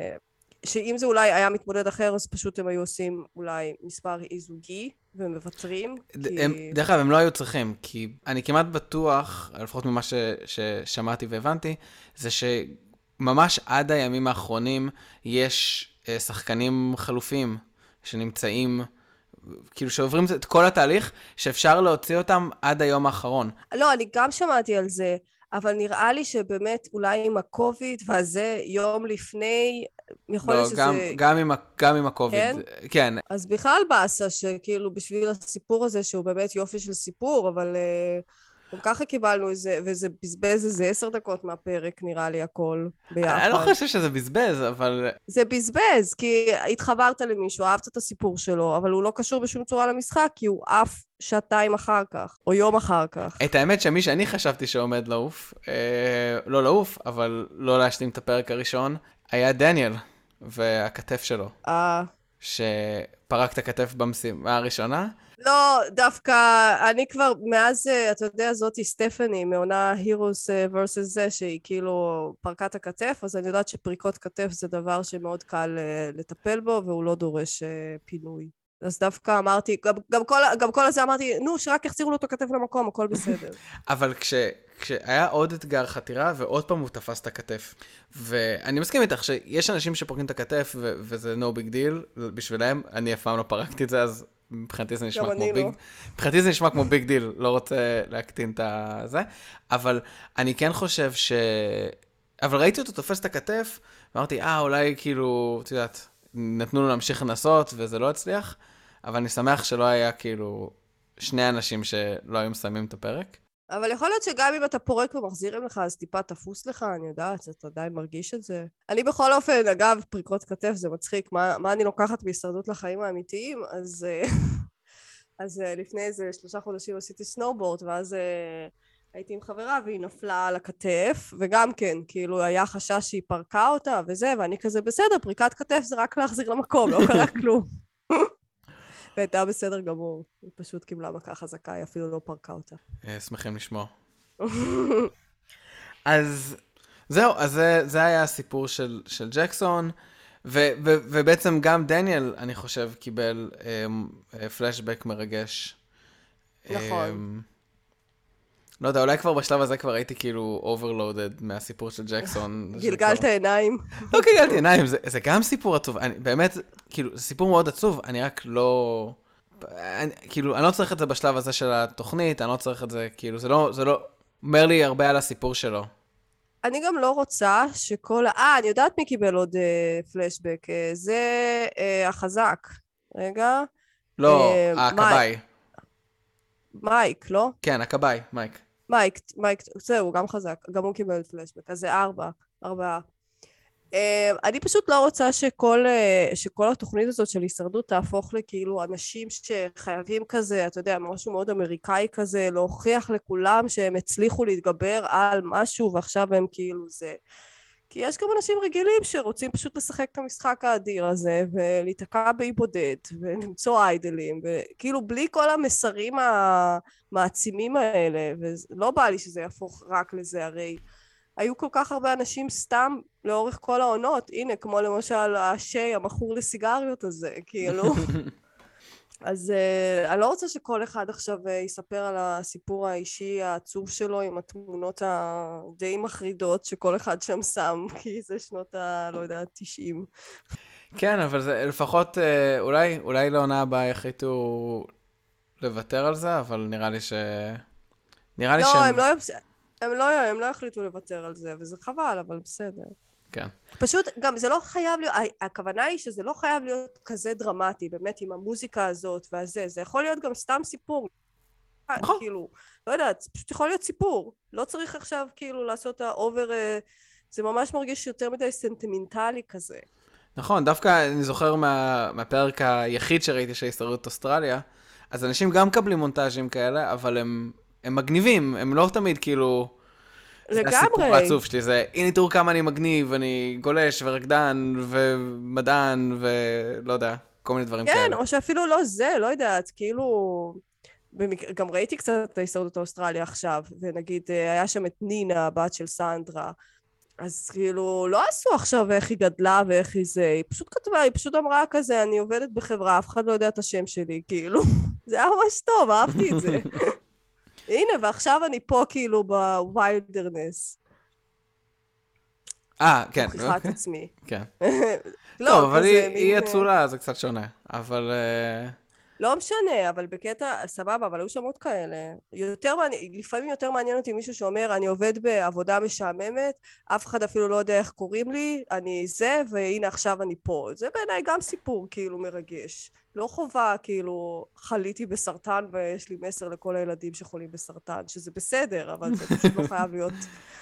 שאם זה אולי היה מתמודד אחר, אז פשוט הם היו עושים אולי מספר אי-זוגי ומוותרים. ד- כי... הם, דרך אגב, הם לא היו צריכים, כי אני כמעט בטוח, לפחות ממה ש... ששמעתי והבנתי, זה ש... ממש עד הימים האחרונים יש אה, שחקנים חלופים שנמצאים, כאילו שעוברים את כל התהליך, שאפשר להוציא אותם עד היום האחרון. לא, אני גם שמעתי על זה, אבל נראה לי שבאמת אולי עם הקוביד, והזה יום לפני, יכול להיות לא, שזה... גם, גם עם, ה- גם עם הקוביד. כן? כן. אז בכלל באסה שכאילו בשביל הסיפור הזה, שהוא באמת יופי של סיפור, אבל... Uh... גם ככה קיבלנו איזה, וזה בזבז איזה עשר דקות מהפרק, נראה לי הכל ביחד. אני לא חושב שזה בזבז, אבל... זה בזבז, כי התחברת למישהו, אהבת את הסיפור שלו, אבל הוא לא קשור בשום צורה למשחק, כי הוא עף שעתיים אחר כך, או יום אחר כך. את האמת שמי שאני חשבתי שעומד לעוף, אה, לא לעוף, אבל לא להשלים את הפרק הראשון, היה דניאל, והכתף שלו. אה... שפרק את הכתף במשימה הראשונה. לא, דווקא אני כבר מאז, אתה יודע, זאתי סטפני, מעונה הירוס versus זה, שהיא כאילו פרקה את הכתף, אז אני יודעת שפריקות כתף זה דבר שמאוד קל לטפל בו, והוא לא דורש פינוי. אז דווקא אמרתי, גם, גם, כל, גם כל הזה אמרתי, נו, שרק יחזירו לו את הכתף למקום, הכל בסדר. אבל כש, כשהיה עוד אתגר חתירה, ועוד פעם הוא תפס את הכתף. ואני מסכים איתך שיש אנשים שפורקים את הכתף, ו- וזה no big deal בשבילם. אני אף פעם לא פרקתי את זה, אז מבחינתי זה נשמע כמו ביג... מבחינתי זה נשמע כמו ביג דיל, לא רוצה להקטין את זה. אבל אני כן חושב ש... אבל ראיתי אותו תופס את הכתף, ואמרתי, אה, אולי כאילו, את יודעת, נתנו לו להמשיך לנסות, וזה לא הצליח. אבל אני שמח שלא היה כאילו שני אנשים שלא היו מסיימים את הפרק. אבל יכול להיות שגם אם אתה פורק ומחזירים לך, אז טיפה תפוס לך, אני יודעת, אתה עדיין מרגיש את זה. אני בכל אופן, אגב, פריקות כתף זה מצחיק, מה, מה אני לוקחת בהישרדות לחיים האמיתיים, אז, אז לפני איזה שלושה חודשים עשיתי סנובורד, ואז הייתי עם חברה והיא נפלה על הכתף, וגם כן, כאילו היה חשש שהיא פרקה אותה וזה, ואני כזה בסדר, פריקת כתף זה רק להחזיר למקום, לא קרה כלום. והייתה בסדר גמור, היא פשוט קיבלה מכה חזקה, היא אפילו לא פרקה אותה. שמחים לשמוע. אז זהו, אז זה, זה היה הסיפור של, של ג'קסון, ו, ו, ובעצם גם דניאל, אני חושב, קיבל אה, פלשבק מרגש. נכון. אה, לא יודע, אולי כבר בשלב הזה כבר הייתי כאילו overloaded מהסיפור של ג'קסון. גלגלת עיניים. לא גלגלתי עיניים, זה, זה גם סיפור עצוב. אני, באמת, כאילו, זה סיפור מאוד עצוב, אני רק לא... אני, כאילו, אני לא צריך את זה בשלב הזה של התוכנית, אני לא צריך את זה, כאילו, זה לא, זה לא... אומר לי הרבה על הסיפור שלו. אני גם לא רוצה שכל... אה, אני יודעת מי קיבל עוד אה, פלשבק. אה, זה אה, החזק. רגע. לא, אה, הקבאי. מייק. מייק, לא? כן, הקבאי, מייק. מייק, מייק, זהו, גם חזק. גם הוא קיבל פלשבק. אז זה ארבע, ארבעה. Uh, אני פשוט לא רוצה שכל, uh, שכל התוכנית הזאת של הישרדות תהפוך לכאילו אנשים שחייבים כזה, אתה יודע, משהו מאוד אמריקאי כזה, להוכיח לכולם שהם הצליחו להתגבר על משהו ועכשיו הם כאילו זה. כי יש גם אנשים רגילים שרוצים פשוט לשחק את המשחק האדיר הזה ולהיתקע באי בודד ולמצוא איידלים וכאילו בלי כל המסרים המעצימים האלה, ולא בא לי שזה יהפוך רק לזה, הרי היו כל כך הרבה אנשים סתם לאורך כל העונות, הנה, כמו למשל השי, המכור לסיגריות הזה, כאילו. אז uh, אני לא רוצה שכל אחד עכשיו uh, יספר על הסיפור האישי העצוב שלו עם התמונות הדי מחרידות שכל אחד שם שם, כי זה שנות ה... לא יודע, תשעים. כן, אבל זה לפחות, uh, אולי, אולי לעונה הבאה יחליטו לוותר על זה, אבל נראה לי ש... נראה לי לא, שהם... הם לא, הם לא, הם לא החליטו לוותר על זה, וזה חבל, אבל בסדר. כן. פשוט, גם זה לא חייב להיות, הכוונה היא שזה לא חייב להיות כזה דרמטי, באמת, עם המוזיקה הזאת והזה, זה יכול להיות גם סתם סיפור. נכון. כאילו, לא יודעת, פשוט יכול להיות סיפור. לא צריך עכשיו כאילו לעשות האובר, זה ממש מרגיש יותר מדי סנטימנטלי כזה. נכון, דווקא אני זוכר מה, מהפרק היחיד שראיתי של הישרדות אוסטרליה, אז אנשים גם מקבלים מונטאז'ים כאלה, אבל הם, הם מגניבים, הם לא תמיד כאילו... לגמרי. זה הסיפור העצוב שלי, זה הנה תראו כמה אני מגניב, אני גולש ורקדן ומדען ולא יודע, כל מיני דברים כן, כאלה. כן, או שאפילו לא זה, לא יודעת, כאילו... במק... גם ראיתי קצת את הישרדות אוסטרליה עכשיו, ונגיד היה שם את נינה, הבת של סנדרה, אז כאילו לא עשו עכשיו איך היא גדלה ואיך היא זה, היא פשוט כתבה, היא פשוט אמרה כזה, אני עובדת בחברה, אף אחד לא יודע את השם שלי, כאילו, זה היה ממש טוב, אהבתי את זה. הנה, ועכשיו אני פה כאילו בווילדרנס. אה, כן. מוכיחה את עצמי. כן. לא, טוב, אבל כזה היא, היא מין... אצולה, זה קצת שונה, אבל... לא משנה, אבל בקטע, סבבה, אבל היו שם עוד כאלה. יותר מעניין, לפעמים יותר מעניין אותי מישהו שאומר, אני עובד בעבודה משעממת, אף אחד אפילו לא יודע איך קוראים לי, אני זה, והנה עכשיו אני פה. זה בעיניי גם סיפור כאילו מרגש. לא חובה, כאילו, חליתי בסרטן ויש לי מסר לכל הילדים שחולים בסרטן, שזה בסדר, אבל זה פשוט לא חייב להיות...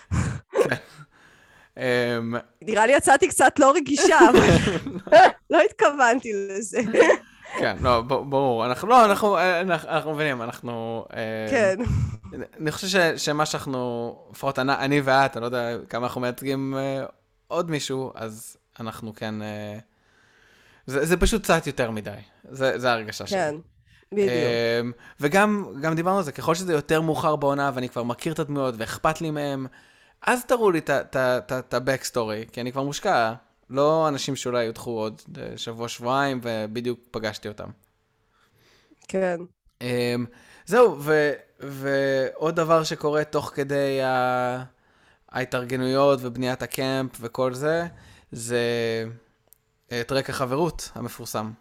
נראה לי יצאתי קצת לא רגישה, אבל לא התכוונתי לזה. כן, לא, ברור, אנחנו, לא, אנחנו, אנחנו מבינים, אנחנו... כן. אני חושב שמה שאנחנו, לפחות אני ואת, אני לא יודע כמה אנחנו מייצגים עוד מישהו, אז אנחנו כן... זה פשוט קצת יותר מדי, זה ההרגשה שלי. כן, בדיוק. וגם דיברנו על זה, ככל שזה יותר מאוחר בעונה, ואני כבר מכיר את הדמויות, ואכפת לי מהם, אז תראו לי את ה-backstory, כי אני כבר מושקע. לא אנשים שאולי יודחו עוד שבוע, שבועיים, ובדיוק פגשתי אותם. כן. זהו, ועוד דבר שקורה תוך כדי ההתארגנויות ובניית הקמפ וכל זה, זה טרק החברות המפורסם.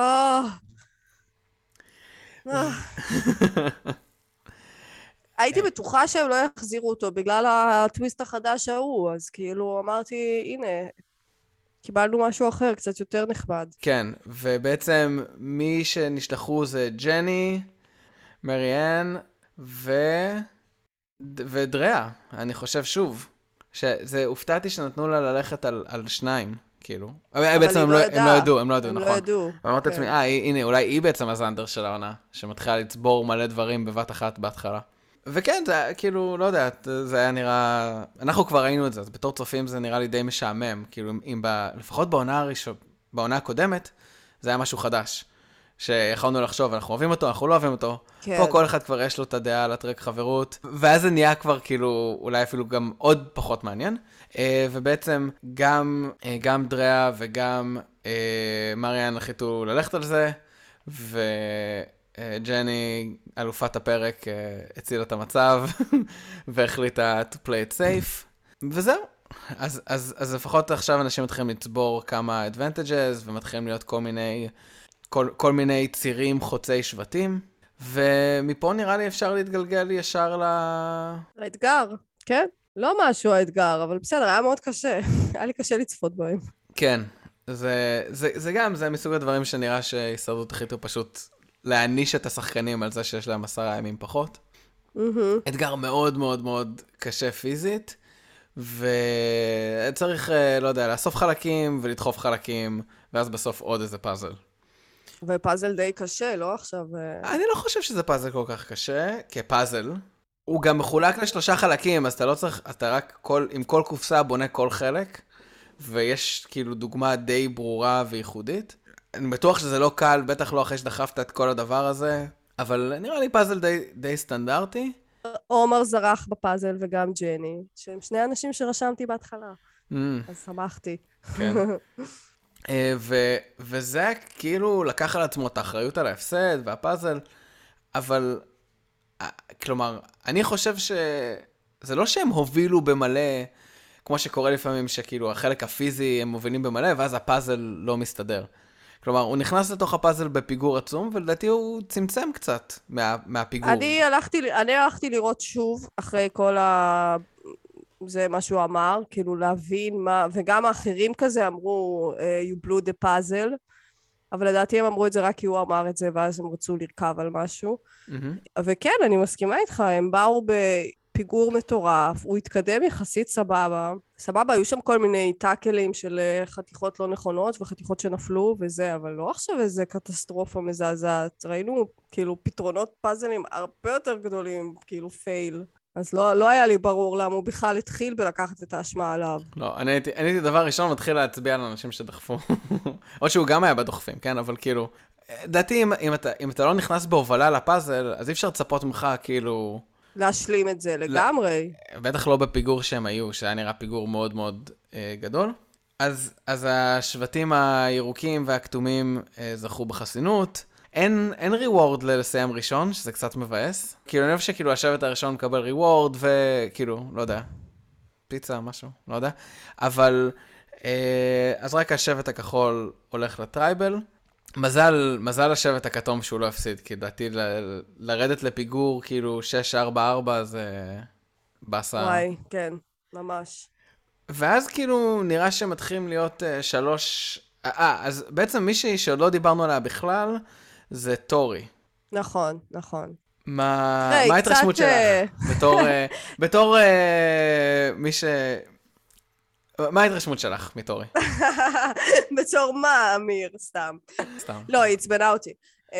הייתי בטוחה שהם לא יחזירו אותו בגלל הטוויסט החדש ההוא, אז כאילו אמרתי, הנה... קיבלנו משהו אחר, קצת יותר נחמד. כן, ובעצם מי שנשלחו זה ג'ני, מריאן ו... ודריה, אני חושב שוב. שזה, הופתעתי שנתנו לה ללכת על, על שניים, כאילו. אבל בעצם הם לא, לא, הם לא ידעו, הם לא ידעו, הם נכון. לא ידעו. ואמרתי לעצמי, אה, הנה, אולי היא בעצם הזנדר של העונה, שמתחילה לצבור מלא דברים בבת אחת בהתחלה. וכן, זה כאילו, לא יודע, זה היה נראה... אנחנו כבר ראינו את זה, אז בתור צופים זה נראה לי די משעמם. כאילו, אם ב... לפחות בעונה הראשונה, בעונה הקודמת, זה היה משהו חדש. שיכולנו לחשוב, אנחנו אוהבים אותו, אנחנו לא אוהבים אותו. כן. פה כל אחד כבר יש לו את הדעה על הטרק חברות, ואז זה נהיה כבר כאילו, אולי אפילו גם עוד פחות מעניין. ובעצם גם, גם דריה וגם מריאן החליטו ללכת על זה, ו... ג'ני, אלופת הפרק, הצילה את המצב, והחליטה to play it safe, וזהו. אז, אז, אז לפחות עכשיו אנשים מתחילים לצבור כמה advantages, ומתחילים להיות כל מיני, כל, כל מיני צירים חוצי שבטים, ומפה נראה לי אפשר להתגלגל ישר ל... האתגר, כן? לא משהו האתגר, אבל בסדר, היה מאוד קשה. היה לי קשה לצפות בהם. כן, זה, זה, זה גם, זה מסוג הדברים שנראה שהישרדות החליטו פשוט... להעניש את השחקנים על זה שיש להם עשרה ימים פחות. אתגר מאוד מאוד מאוד קשה פיזית, וצריך, לא יודע, לאסוף חלקים ולדחוף חלקים, ואז בסוף עוד איזה פאזל. ופאזל די קשה, לא עכשיו? אני לא חושב שזה פאזל כל כך קשה, כפאזל. הוא גם מחולק לשלושה חלקים, אז אתה לא צריך, אתה רק כל, עם כל קופסה בונה כל חלק, ויש כאילו דוגמה די ברורה וייחודית. אני בטוח שזה לא קל, בטח לא אחרי שדחפת את כל הדבר הזה, אבל נראה לי פאזל די, די סטנדרטי. עומר זרח בפאזל וגם ג'ני, שהם שני אנשים שרשמתי בהתחלה, mm. אז שמחתי. כן. ו- וזה כאילו לקח על עצמו את האחריות על ההפסד והפאזל, אבל, כלומר, אני חושב שזה לא שהם הובילו במלא, כמו שקורה לפעמים שכאילו החלק הפיזי הם מובילים במלא, ואז הפאזל לא מסתדר. כלומר, הוא נכנס לתוך הפאזל בפיגור עצום, ולדעתי הוא צמצם קצת מה, מהפיגור. אני הלכתי, אני הלכתי לראות שוב, אחרי כל ה... זה מה שהוא אמר, כאילו להבין מה, וגם האחרים כזה אמרו, you blew the puzzle, אבל לדעתי הם אמרו את זה רק כי הוא אמר את זה, ואז הם רצו לרכב על משהו. Mm-hmm. וכן, אני מסכימה איתך, הם באו בפיגור מטורף, הוא התקדם יחסית סבבה. סבבה, היו שם כל מיני טאקלים של חתיכות לא נכונות, וחתיכות שנפלו וזה, אבל לא עכשיו איזה קטסטרופה מזעזעת. ראינו כאילו פתרונות פאזלים הרבה יותר גדולים, כאילו פייל. אז לא, לא היה לי ברור למה הוא בכלל התחיל בלקחת את האשמה עליו. לא, אני הייתי, אני הייתי דבר ראשון מתחיל להצביע על אנשים שדחפו. או שהוא גם היה בדוחפים, כן? אבל כאילו, דעתי, אם, אם, אתה, אם אתה לא נכנס בהובלה לפאזל, אז אי אפשר לצפות ממך, כאילו... להשלים את זה לגמרי. בטח לא בפיגור שהם היו, שהיה נראה פיגור מאוד מאוד אה, גדול. אז, אז השבטים הירוקים והכתומים אה, זכו בחסינות. אין, אין ריוורד לסיים ראשון, שזה קצת מבאס. כאילו, אני חושב שכאילו השבט הראשון מקבל ריוורד, וכאילו, לא יודע, פיצה, משהו, לא יודע. אבל, אה, אז רק השבט הכחול הולך לטרייבל. מזל, מזל השבט הכתום שהוא לא הפסיד, כי דעתי ל- לרדת לפיגור, כאילו, שש ארבע ארבע, זה בסה. וואי, כן, ממש. ואז כאילו נראה שמתחילים להיות uh, שלוש... אה, אז בעצם מישהי שעוד לא דיברנו עליה בכלל, זה טורי. נכון, נכון. מה, היי, מה ההתרשמות קצת, שלך? בתור, uh, בתור uh, מי ש... מה ההתרשמות שלך מטורי? בתור מה, אמיר? סתם. סתם. לא, היא עצבנה אותי.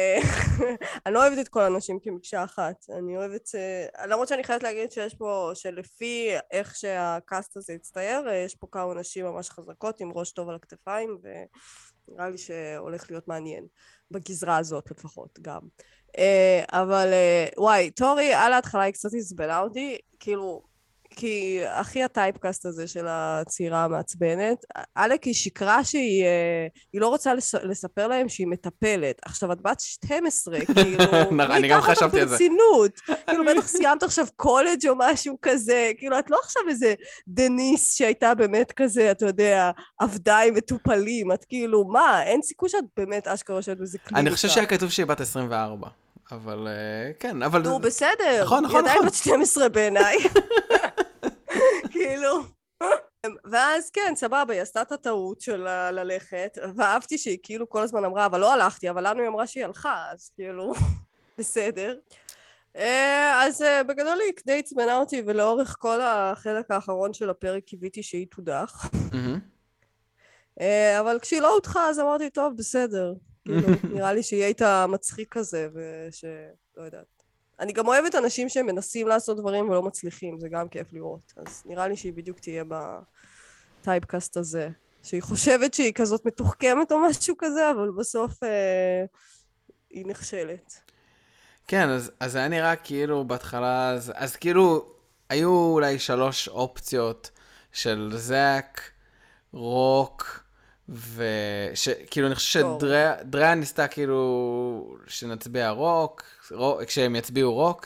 אני לא אוהבת את כל האנשים כמקשה אחת. אני אוהבת... למרות שאני חייבת להגיד שיש פה, שלפי איך שהקאסט הזה הצטייר, יש פה כמה נשים ממש חזקות עם ראש טוב על הכתפיים, ונראה לי שהולך להיות מעניין. בגזרה הזאת לפחות גם. אבל וואי, טורי על ההתחלה היא קצת עצבנה אותי, כאילו... כי הכי הטייפקאסט הזה של הצעירה המעצבנת, אלק היא שקרה שהיא היא לא רוצה לספר להם שהיא מטפלת. עכשיו, את בת שתים עשרה, כאילו... אני גם חשבתי על זה. ברצינות. כאילו, בטח סיימת עכשיו קולג' או משהו כזה. כאילו, את לא עכשיו איזה דניס שהייתה באמת כזה, אתה יודע, עבדה עם מטופלים. את כאילו, מה? אין סיכוי שאת באמת אשכרה שאת בזה קליניקה. אני חושב שהיה כתוב שהיא בת עשרים וארבע. אבל כן, אבל... נו, בסדר. נכון, נכון, נכון. היא עדיין בת שתים עשרה בעיניי. כאילו, ואז כן, סבבה, היא עשתה את הטעות של ללכת, ואהבתי שהיא כאילו כל הזמן אמרה, אבל לא הלכתי, אבל לנו היא אמרה שהיא הלכה, אז כאילו, בסדר. אז בגדול היא די עצבנה אותי, ולאורך כל החלק האחרון של הפרק קיוויתי שהיא תודח. אבל כשהיא לא הודחה, אז אמרתי, טוב, בסדר. כאילו, נראה לי שהיא הייתה מצחיק כזה, ושלא יודעת. אני גם אוהבת אנשים שמנסים לעשות דברים ולא מצליחים, זה גם כיף לראות. אז נראה לי שהיא בדיוק תהיה בטייפקאסט הזה. שהיא חושבת שהיא כזאת מתוחכמת או משהו כזה, אבל בסוף אה, היא נכשלת. כן, אז, אז זה היה נראה כאילו בהתחלה, אז, אז כאילו היו אולי שלוש אופציות של זק, רוק, וכאילו אני חושב שדריה ניסתה כאילו שנצביע רוק, רוק כשהם יצביעו רוק,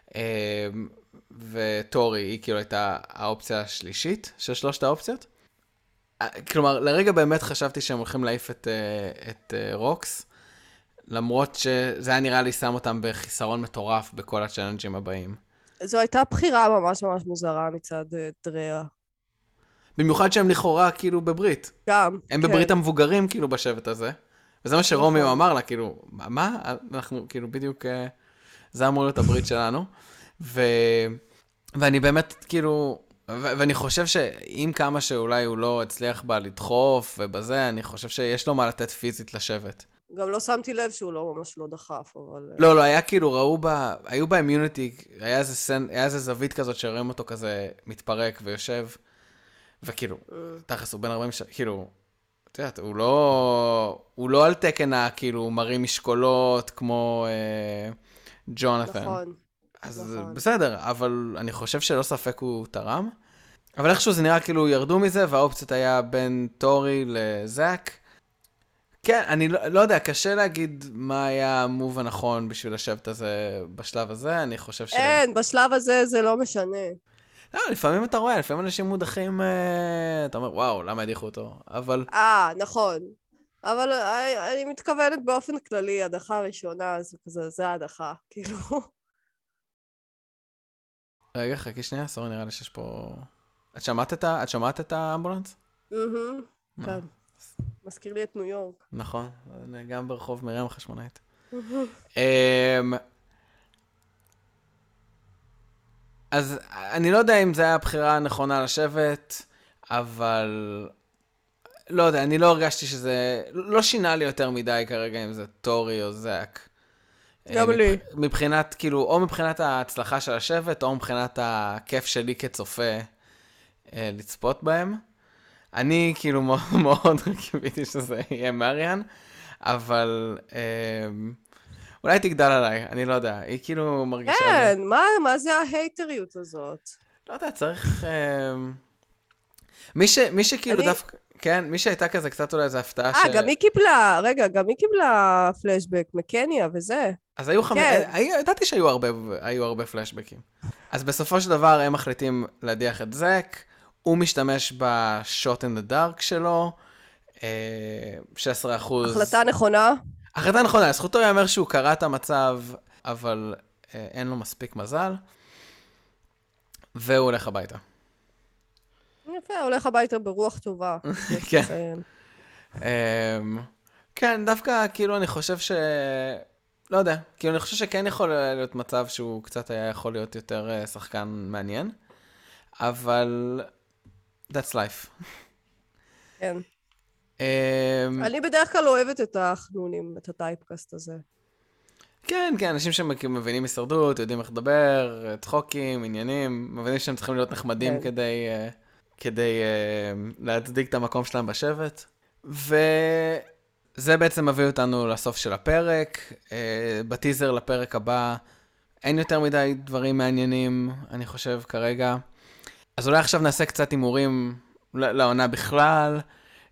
וטורי היא כאילו הייתה האופציה השלישית של שלושת האופציות. כלומר, לרגע באמת חשבתי שהם הולכים להעיף את, את רוקס, למרות שזה היה נראה לי שם אותם בחיסרון מטורף בכל הצ'אלנג'ים הבאים. זו הייתה בחירה ממש ממש מוזרה מצד דריה. במיוחד שהם לכאורה כאילו בברית. גם, הם כן. בברית המבוגרים כאילו בשבט הזה. וזה מה שרומיו אמר לה, כאילו, מה? אנחנו כאילו בדיוק, זה אמור להיות הברית שלנו. ו... ואני באמת כאילו, ו... ואני חושב שאם כמה שאולי הוא לא הצליח בה לדחוף ובזה, אני חושב שיש לו מה לתת פיזית לשבט. גם לא שמתי לב שהוא לא ממש לא דחף, אבל... לא, לא, היה כאילו, ראו בה, היו באמיוניטי, היה איזה, סן, היה איזה זווית כזאת שרואים אותו כזה מתפרק ויושב, וכאילו, תכלס הוא בן ארבעים שנה, כאילו, את יודעת, הוא לא, הוא לא על תקנה, כאילו, מרים משקולות כמו אה, ג'ונתן. נכון. אז נכון. בסדר, אבל אני חושב שלא ספק הוא תרם. אבל איכשהו זה נראה כאילו ירדו מזה, והאופציות היה בין טורי לזק. כן, אני לא, לא יודע, קשה להגיד מה היה המוב הנכון בשביל השבט הזה בשלב הזה, אני חושב ש... אין, בשלב הזה זה לא משנה. לא, לפעמים אתה רואה, לפעמים אנשים מודחים, אתה אומר, וואו, למה הדיחו אותו? אבל... אה, נכון. אבל אני, אני מתכוונת באופן כללי, הדחה ראשונה, זה כזה, זה הדחה, כאילו. רגע, חכי שנייה, סורי, נראה לי שיש פה... את שמעת את, ה... את שמעת את האמבולנס? מהמם, לא. כן. מזכיר לי את ניו יורק. נכון, גם ברחוב מרים החשמונאית. מהמם. אמ, אז אני לא יודע אם זו הייתה הבחירה הנכונה לשבת, אבל לא יודע, אני לא הרגשתי שזה, לא שינה לי יותר מדי כרגע אם זה טורי או זאק. גם לי. מבחינת, כאילו, או מבחינת ההצלחה של השבט, או מבחינת הכיף שלי כצופה לצפות בהם. אני כאילו מאוד קיוויתי שזה יהיה מריאן, אבל אולי תגדל עליי, אני לא יודע, היא כאילו מרגישה לי... כן, מה, מה זה ההייטריות הזאת? לא יודע, צריך... מי, ש, מי שכאילו אני... דווקא... כן, מי שהייתה כזה קצת אולי איזו הפתעה ש... אה, גם היא קיבלה, רגע, גם היא קיבלה פלשבק מקניה וזה. אז היו חמש... כן. ידעתי שהיו הרבה, היו הרבה פלשבקים. אז בסופו של דבר הם מחליטים להדיח את זק, הוא משתמש בשוט אין דה דארק שלו, שש עשרה אחוז... החלטה נכונה. החלטה נכונה, זכותו יאמר שהוא קרא את המצב, אבל אה, אין לו מספיק מזל, והוא הולך הביתה. יפה, הולך הביתה ברוח טובה. כן. כן, דווקא כאילו אני חושב ש... לא יודע, כאילו אני חושב שכן יכול להיות מצב שהוא קצת היה יכול להיות יותר שחקן מעניין, אבל that's life. כן. אני בדרך כלל אוהבת את החנונים, את הטייפקאסט הזה. כן, כן, אנשים שמבינים הישרדות, יודעים איך לדבר, צחוקים, עניינים, מבינים שהם צריכים להיות נחמדים כדי, כדי להצדיק את המקום שלהם בשבט. וזה בעצם מביא אותנו לסוף של הפרק. בטיזר לפרק הבא אין יותר מדי דברים מעניינים, אני חושב, כרגע. אז אולי עכשיו נעשה קצת הימורים לעונה בכלל.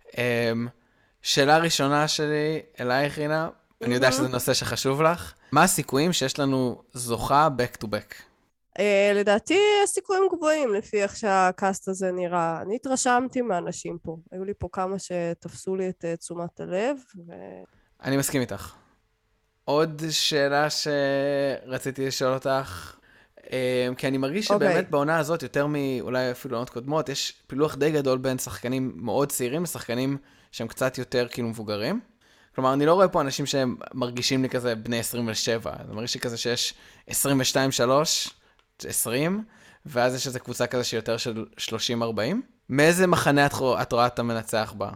שאלה ראשונה שלי אלייך, רינה, אני יודע שזה נושא שחשוב לך. מה הסיכויים שיש לנו זוכה back to back? לדעתי הסיכויים גבוהים לפי איך שהקאסט הזה נראה. אני התרשמתי מהאנשים פה. היו לי פה כמה שתפסו לי את תשומת הלב. אני מסכים איתך. עוד שאלה שרציתי לשאול אותך, כי אני מרגיש שבאמת בעונה הזאת, יותר מאולי אפילו עונות קודמות, יש פילוח די גדול בין שחקנים מאוד צעירים לשחקנים שהם קצת יותר כאילו מבוגרים. כלומר, אני לא רואה פה אנשים שהם מרגישים לי כזה בני עשרים ושבע. אני מרגיש לי כזה שיש עשרים ושתיים שלוש, עשרים, ואז יש איזו קבוצה כזה שיותר של שלושים ארבעים. מאיזה מחנה את רואה את המנצח בה?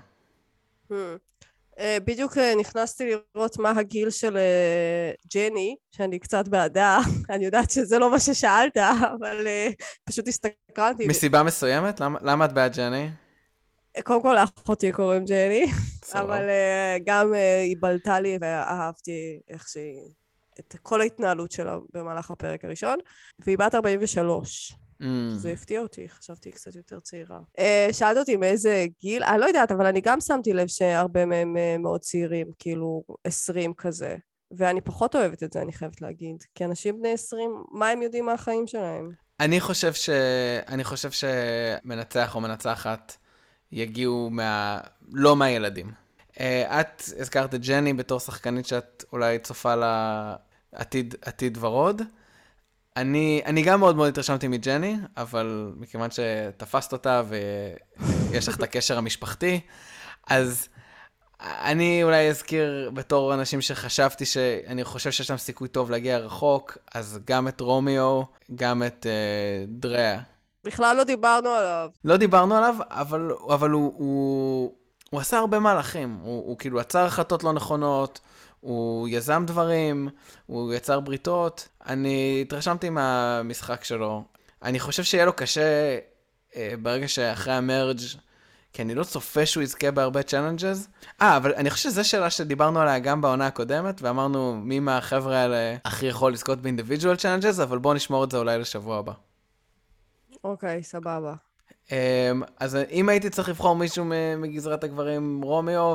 בדיוק נכנסתי לראות מה הגיל של ג'ני, שאני קצת בעדה. אני יודעת שזה לא מה ששאלת, אבל פשוט הסתקרנתי. מסיבה מסוימת? למה את בעד ג'ני? קודם כל, לאחותי קוראים ג'ני, אבל גם היא בלטה לי ואהבתי איך שהיא, את כל ההתנהלות שלה במהלך הפרק הראשון, והיא בת ארבעים ושלוש. זה הפתיע אותי, חשבתי קצת יותר צעירה. שאלת אותי מאיזה גיל, אני לא יודעת, אבל אני גם שמתי לב שהרבה מהם מאוד צעירים, כאילו עשרים כזה, ואני פחות אוהבת את זה, אני חייבת להגיד, כי אנשים בני עשרים, מה הם יודעים מהחיים שלהם? אני חושב ש... אני חושב שמנצח או מנצחת יגיעו מה... לא מהילדים. את הזכרת את ג'ני בתור שחקנית שאת אולי צופה לעתיד עתיד ורוד. אני, אני גם מאוד מאוד התרשמתי מג'ני, אבל מכיוון שתפסת אותה ויש לך את הקשר המשפחתי, אז אני אולי אזכיר בתור אנשים שחשבתי שאני חושב שיש להם סיכוי טוב להגיע רחוק, אז גם את רומיו, גם את uh, דריה. בכלל לא דיברנו עליו. לא דיברנו עליו, אבל, אבל הוא, הוא, הוא עשה הרבה מהלכים. הוא, הוא כאילו עצר החלטות לא נכונות, הוא יזם דברים, הוא יצר בריתות. אני התרשמתי מהמשחק שלו. אני חושב שיהיה לו קשה אה, ברגע שאחרי המרג', כי אני לא צופה שהוא יזכה בהרבה צ'אלנג'ז. אה, אבל אני חושב שזו שאלה שדיברנו עליה גם בעונה הקודמת, ואמרנו מי מהחבר'ה האלה הכי יכול לזכות באינדיבידואל צ'אלנג'ז, אבל בואו נשמור את זה אולי לשבוע הבא. אוקיי, סבבה. אז אם הייתי צריך לבחור מישהו מגזרת הגברים רומיו,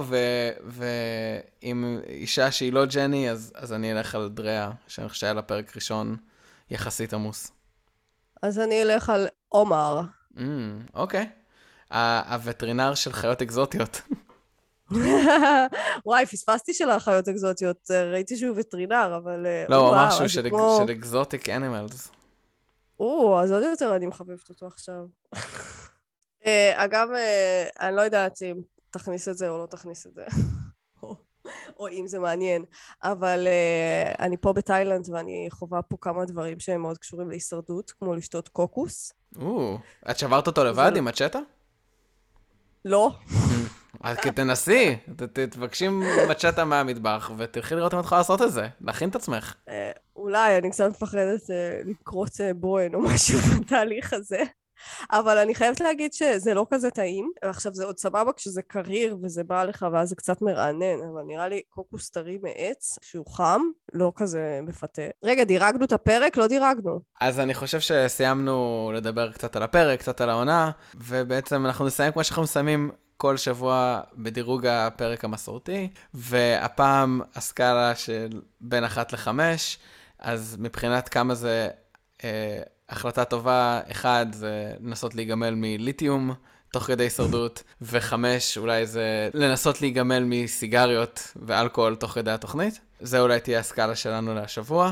ועם אישה שהיא לא ג'ני, אז אני אלך על דריה, שאני חושב שהיה לה פרק ראשון יחסית עמוס. אז אני אלך על עומר. אוקיי. הווטרינר של חיות אקזוטיות. וואי, פספסתי של החיות אקזוטיות, ראיתי שהוא וטרינר, אבל... לא, הוא אמר שהוא אז של כמו- של אקזוטיק אנימלס. או, אז עוד יותר אני מחבבת אותו עכשיו. אה, אגב, אה, אני לא יודעת אם תכניס את זה או לא תכניס את זה. או- או אם זה מעניין, אבל uh, אני פה בתאילנד ואני חווה פה כמה דברים שהם מאוד קשורים להישרדות, כמו לשתות קוקוס. או, את שברת אותו לבד זה- עם מצ'טה? לא. אז תנסי, ת- ת- תבקשי מצ'טה מהמטבח, ותלכי לראות אם את יכולה לעשות את זה, להכין את עצמך. Uh, אולי, אני קצת מפחדת uh, לקרוץ uh, בוהן או משהו בתהליך הזה. אבל אני חייבת להגיד שזה לא כזה טעים. עכשיו, זה עוד סבבה כשזה קריר וזה בא לך ואז זה קצת מרענן, אבל נראה לי קוקוס טרי מעץ, שהוא חם, לא כזה מפתה. רגע, דירגנו את הפרק? לא דירגנו. אז אני חושב שסיימנו לדבר קצת על הפרק, קצת על העונה, ובעצם אנחנו נסיים כמו שאנחנו מסיימים כל שבוע בדירוג הפרק המסורתי, והפעם הסקאלה של בין אחת לחמש, אז מבחינת כמה זה אה, החלטה טובה, אחד זה לנסות להיגמל מליתיום תוך כדי הישרדות, וחמש אולי זה לנסות להיגמל מסיגריות ואלכוהול תוך כדי התוכנית. זה אולי תהיה הסקאלה שלנו לשבוע.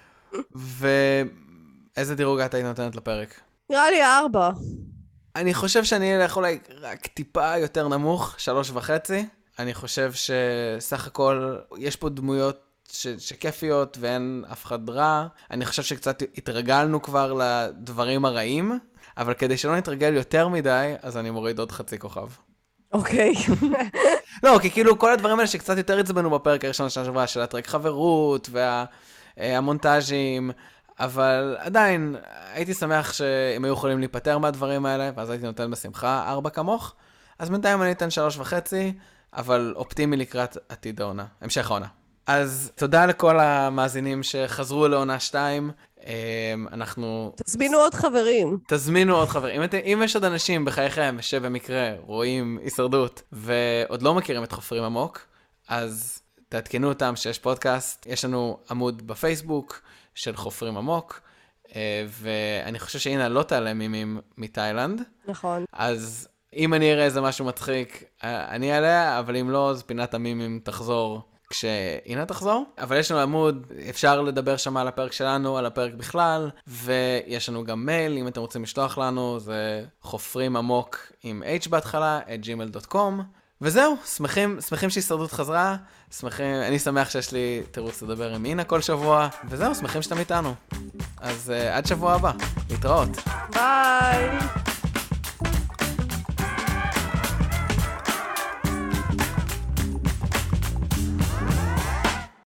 ואיזה דירוג את היית נותנת לפרק? נראה לי ארבע. אני חושב שאני אלך אולי רק טיפה יותר נמוך, שלוש וחצי. אני חושב שסך הכל יש פה דמויות ש- שכיפיות ואין אף אחד רע. אני חושב שקצת התרגלנו כבר לדברים הרעים, אבל כדי שלא נתרגל יותר מדי, אז אני מוריד עוד חצי כוכב. אוקיי. לא, כי כאילו כל הדברים האלה שקצת יותר הצבנו בפרק הראשון של השבוע, של הטרק חברות והמונטאז'ים, אבל עדיין הייתי שמח שהם היו יכולים להיפטר מהדברים האלה, ואז הייתי נותן בשמחה ארבע כמוך. אז בינתיים אני אתן שלוש וחצי, אבל אופטימי לקראת עתיד העונה, המשך העונה. אז תודה לכל המאזינים שחזרו לעונה שתיים. אנחנו... תזמינו עוד חברים. תזמינו עוד חברים. אם, את... אם יש עוד אנשים בחייכם שבמקרה רואים הישרדות ועוד לא מכירים את חופרים עמוק, אז תעדכנו אותם שיש פודקאסט. יש לנו עמוד בפייסבוק של חופרים עמוק, ואני חושב שהנה לא תעלה מימים מתאילנד. נכון. אז אם אני אראה איזה משהו מצחיק, אני אעלה, אבל אם לא, אז פינת המימים תחזור כשאינה תחזור. אבל יש לנו עמוד, אפשר לדבר שם על הפרק שלנו, על הפרק בכלל, ויש לנו גם מייל, אם אתם רוצים לשלוח לנו, זה חופרים עמוק עם h בהתחלה, את ג'ימייל דוט קום. וזהו, שמחים, שמחים שהישרדות חזרה, שמחים, אני שמח שיש לי תירוץ לדבר עם אינה כל שבוע, וזהו, שמחים שאתם איתנו. אז uh, עד שבוע הבא, להתראות. ביי!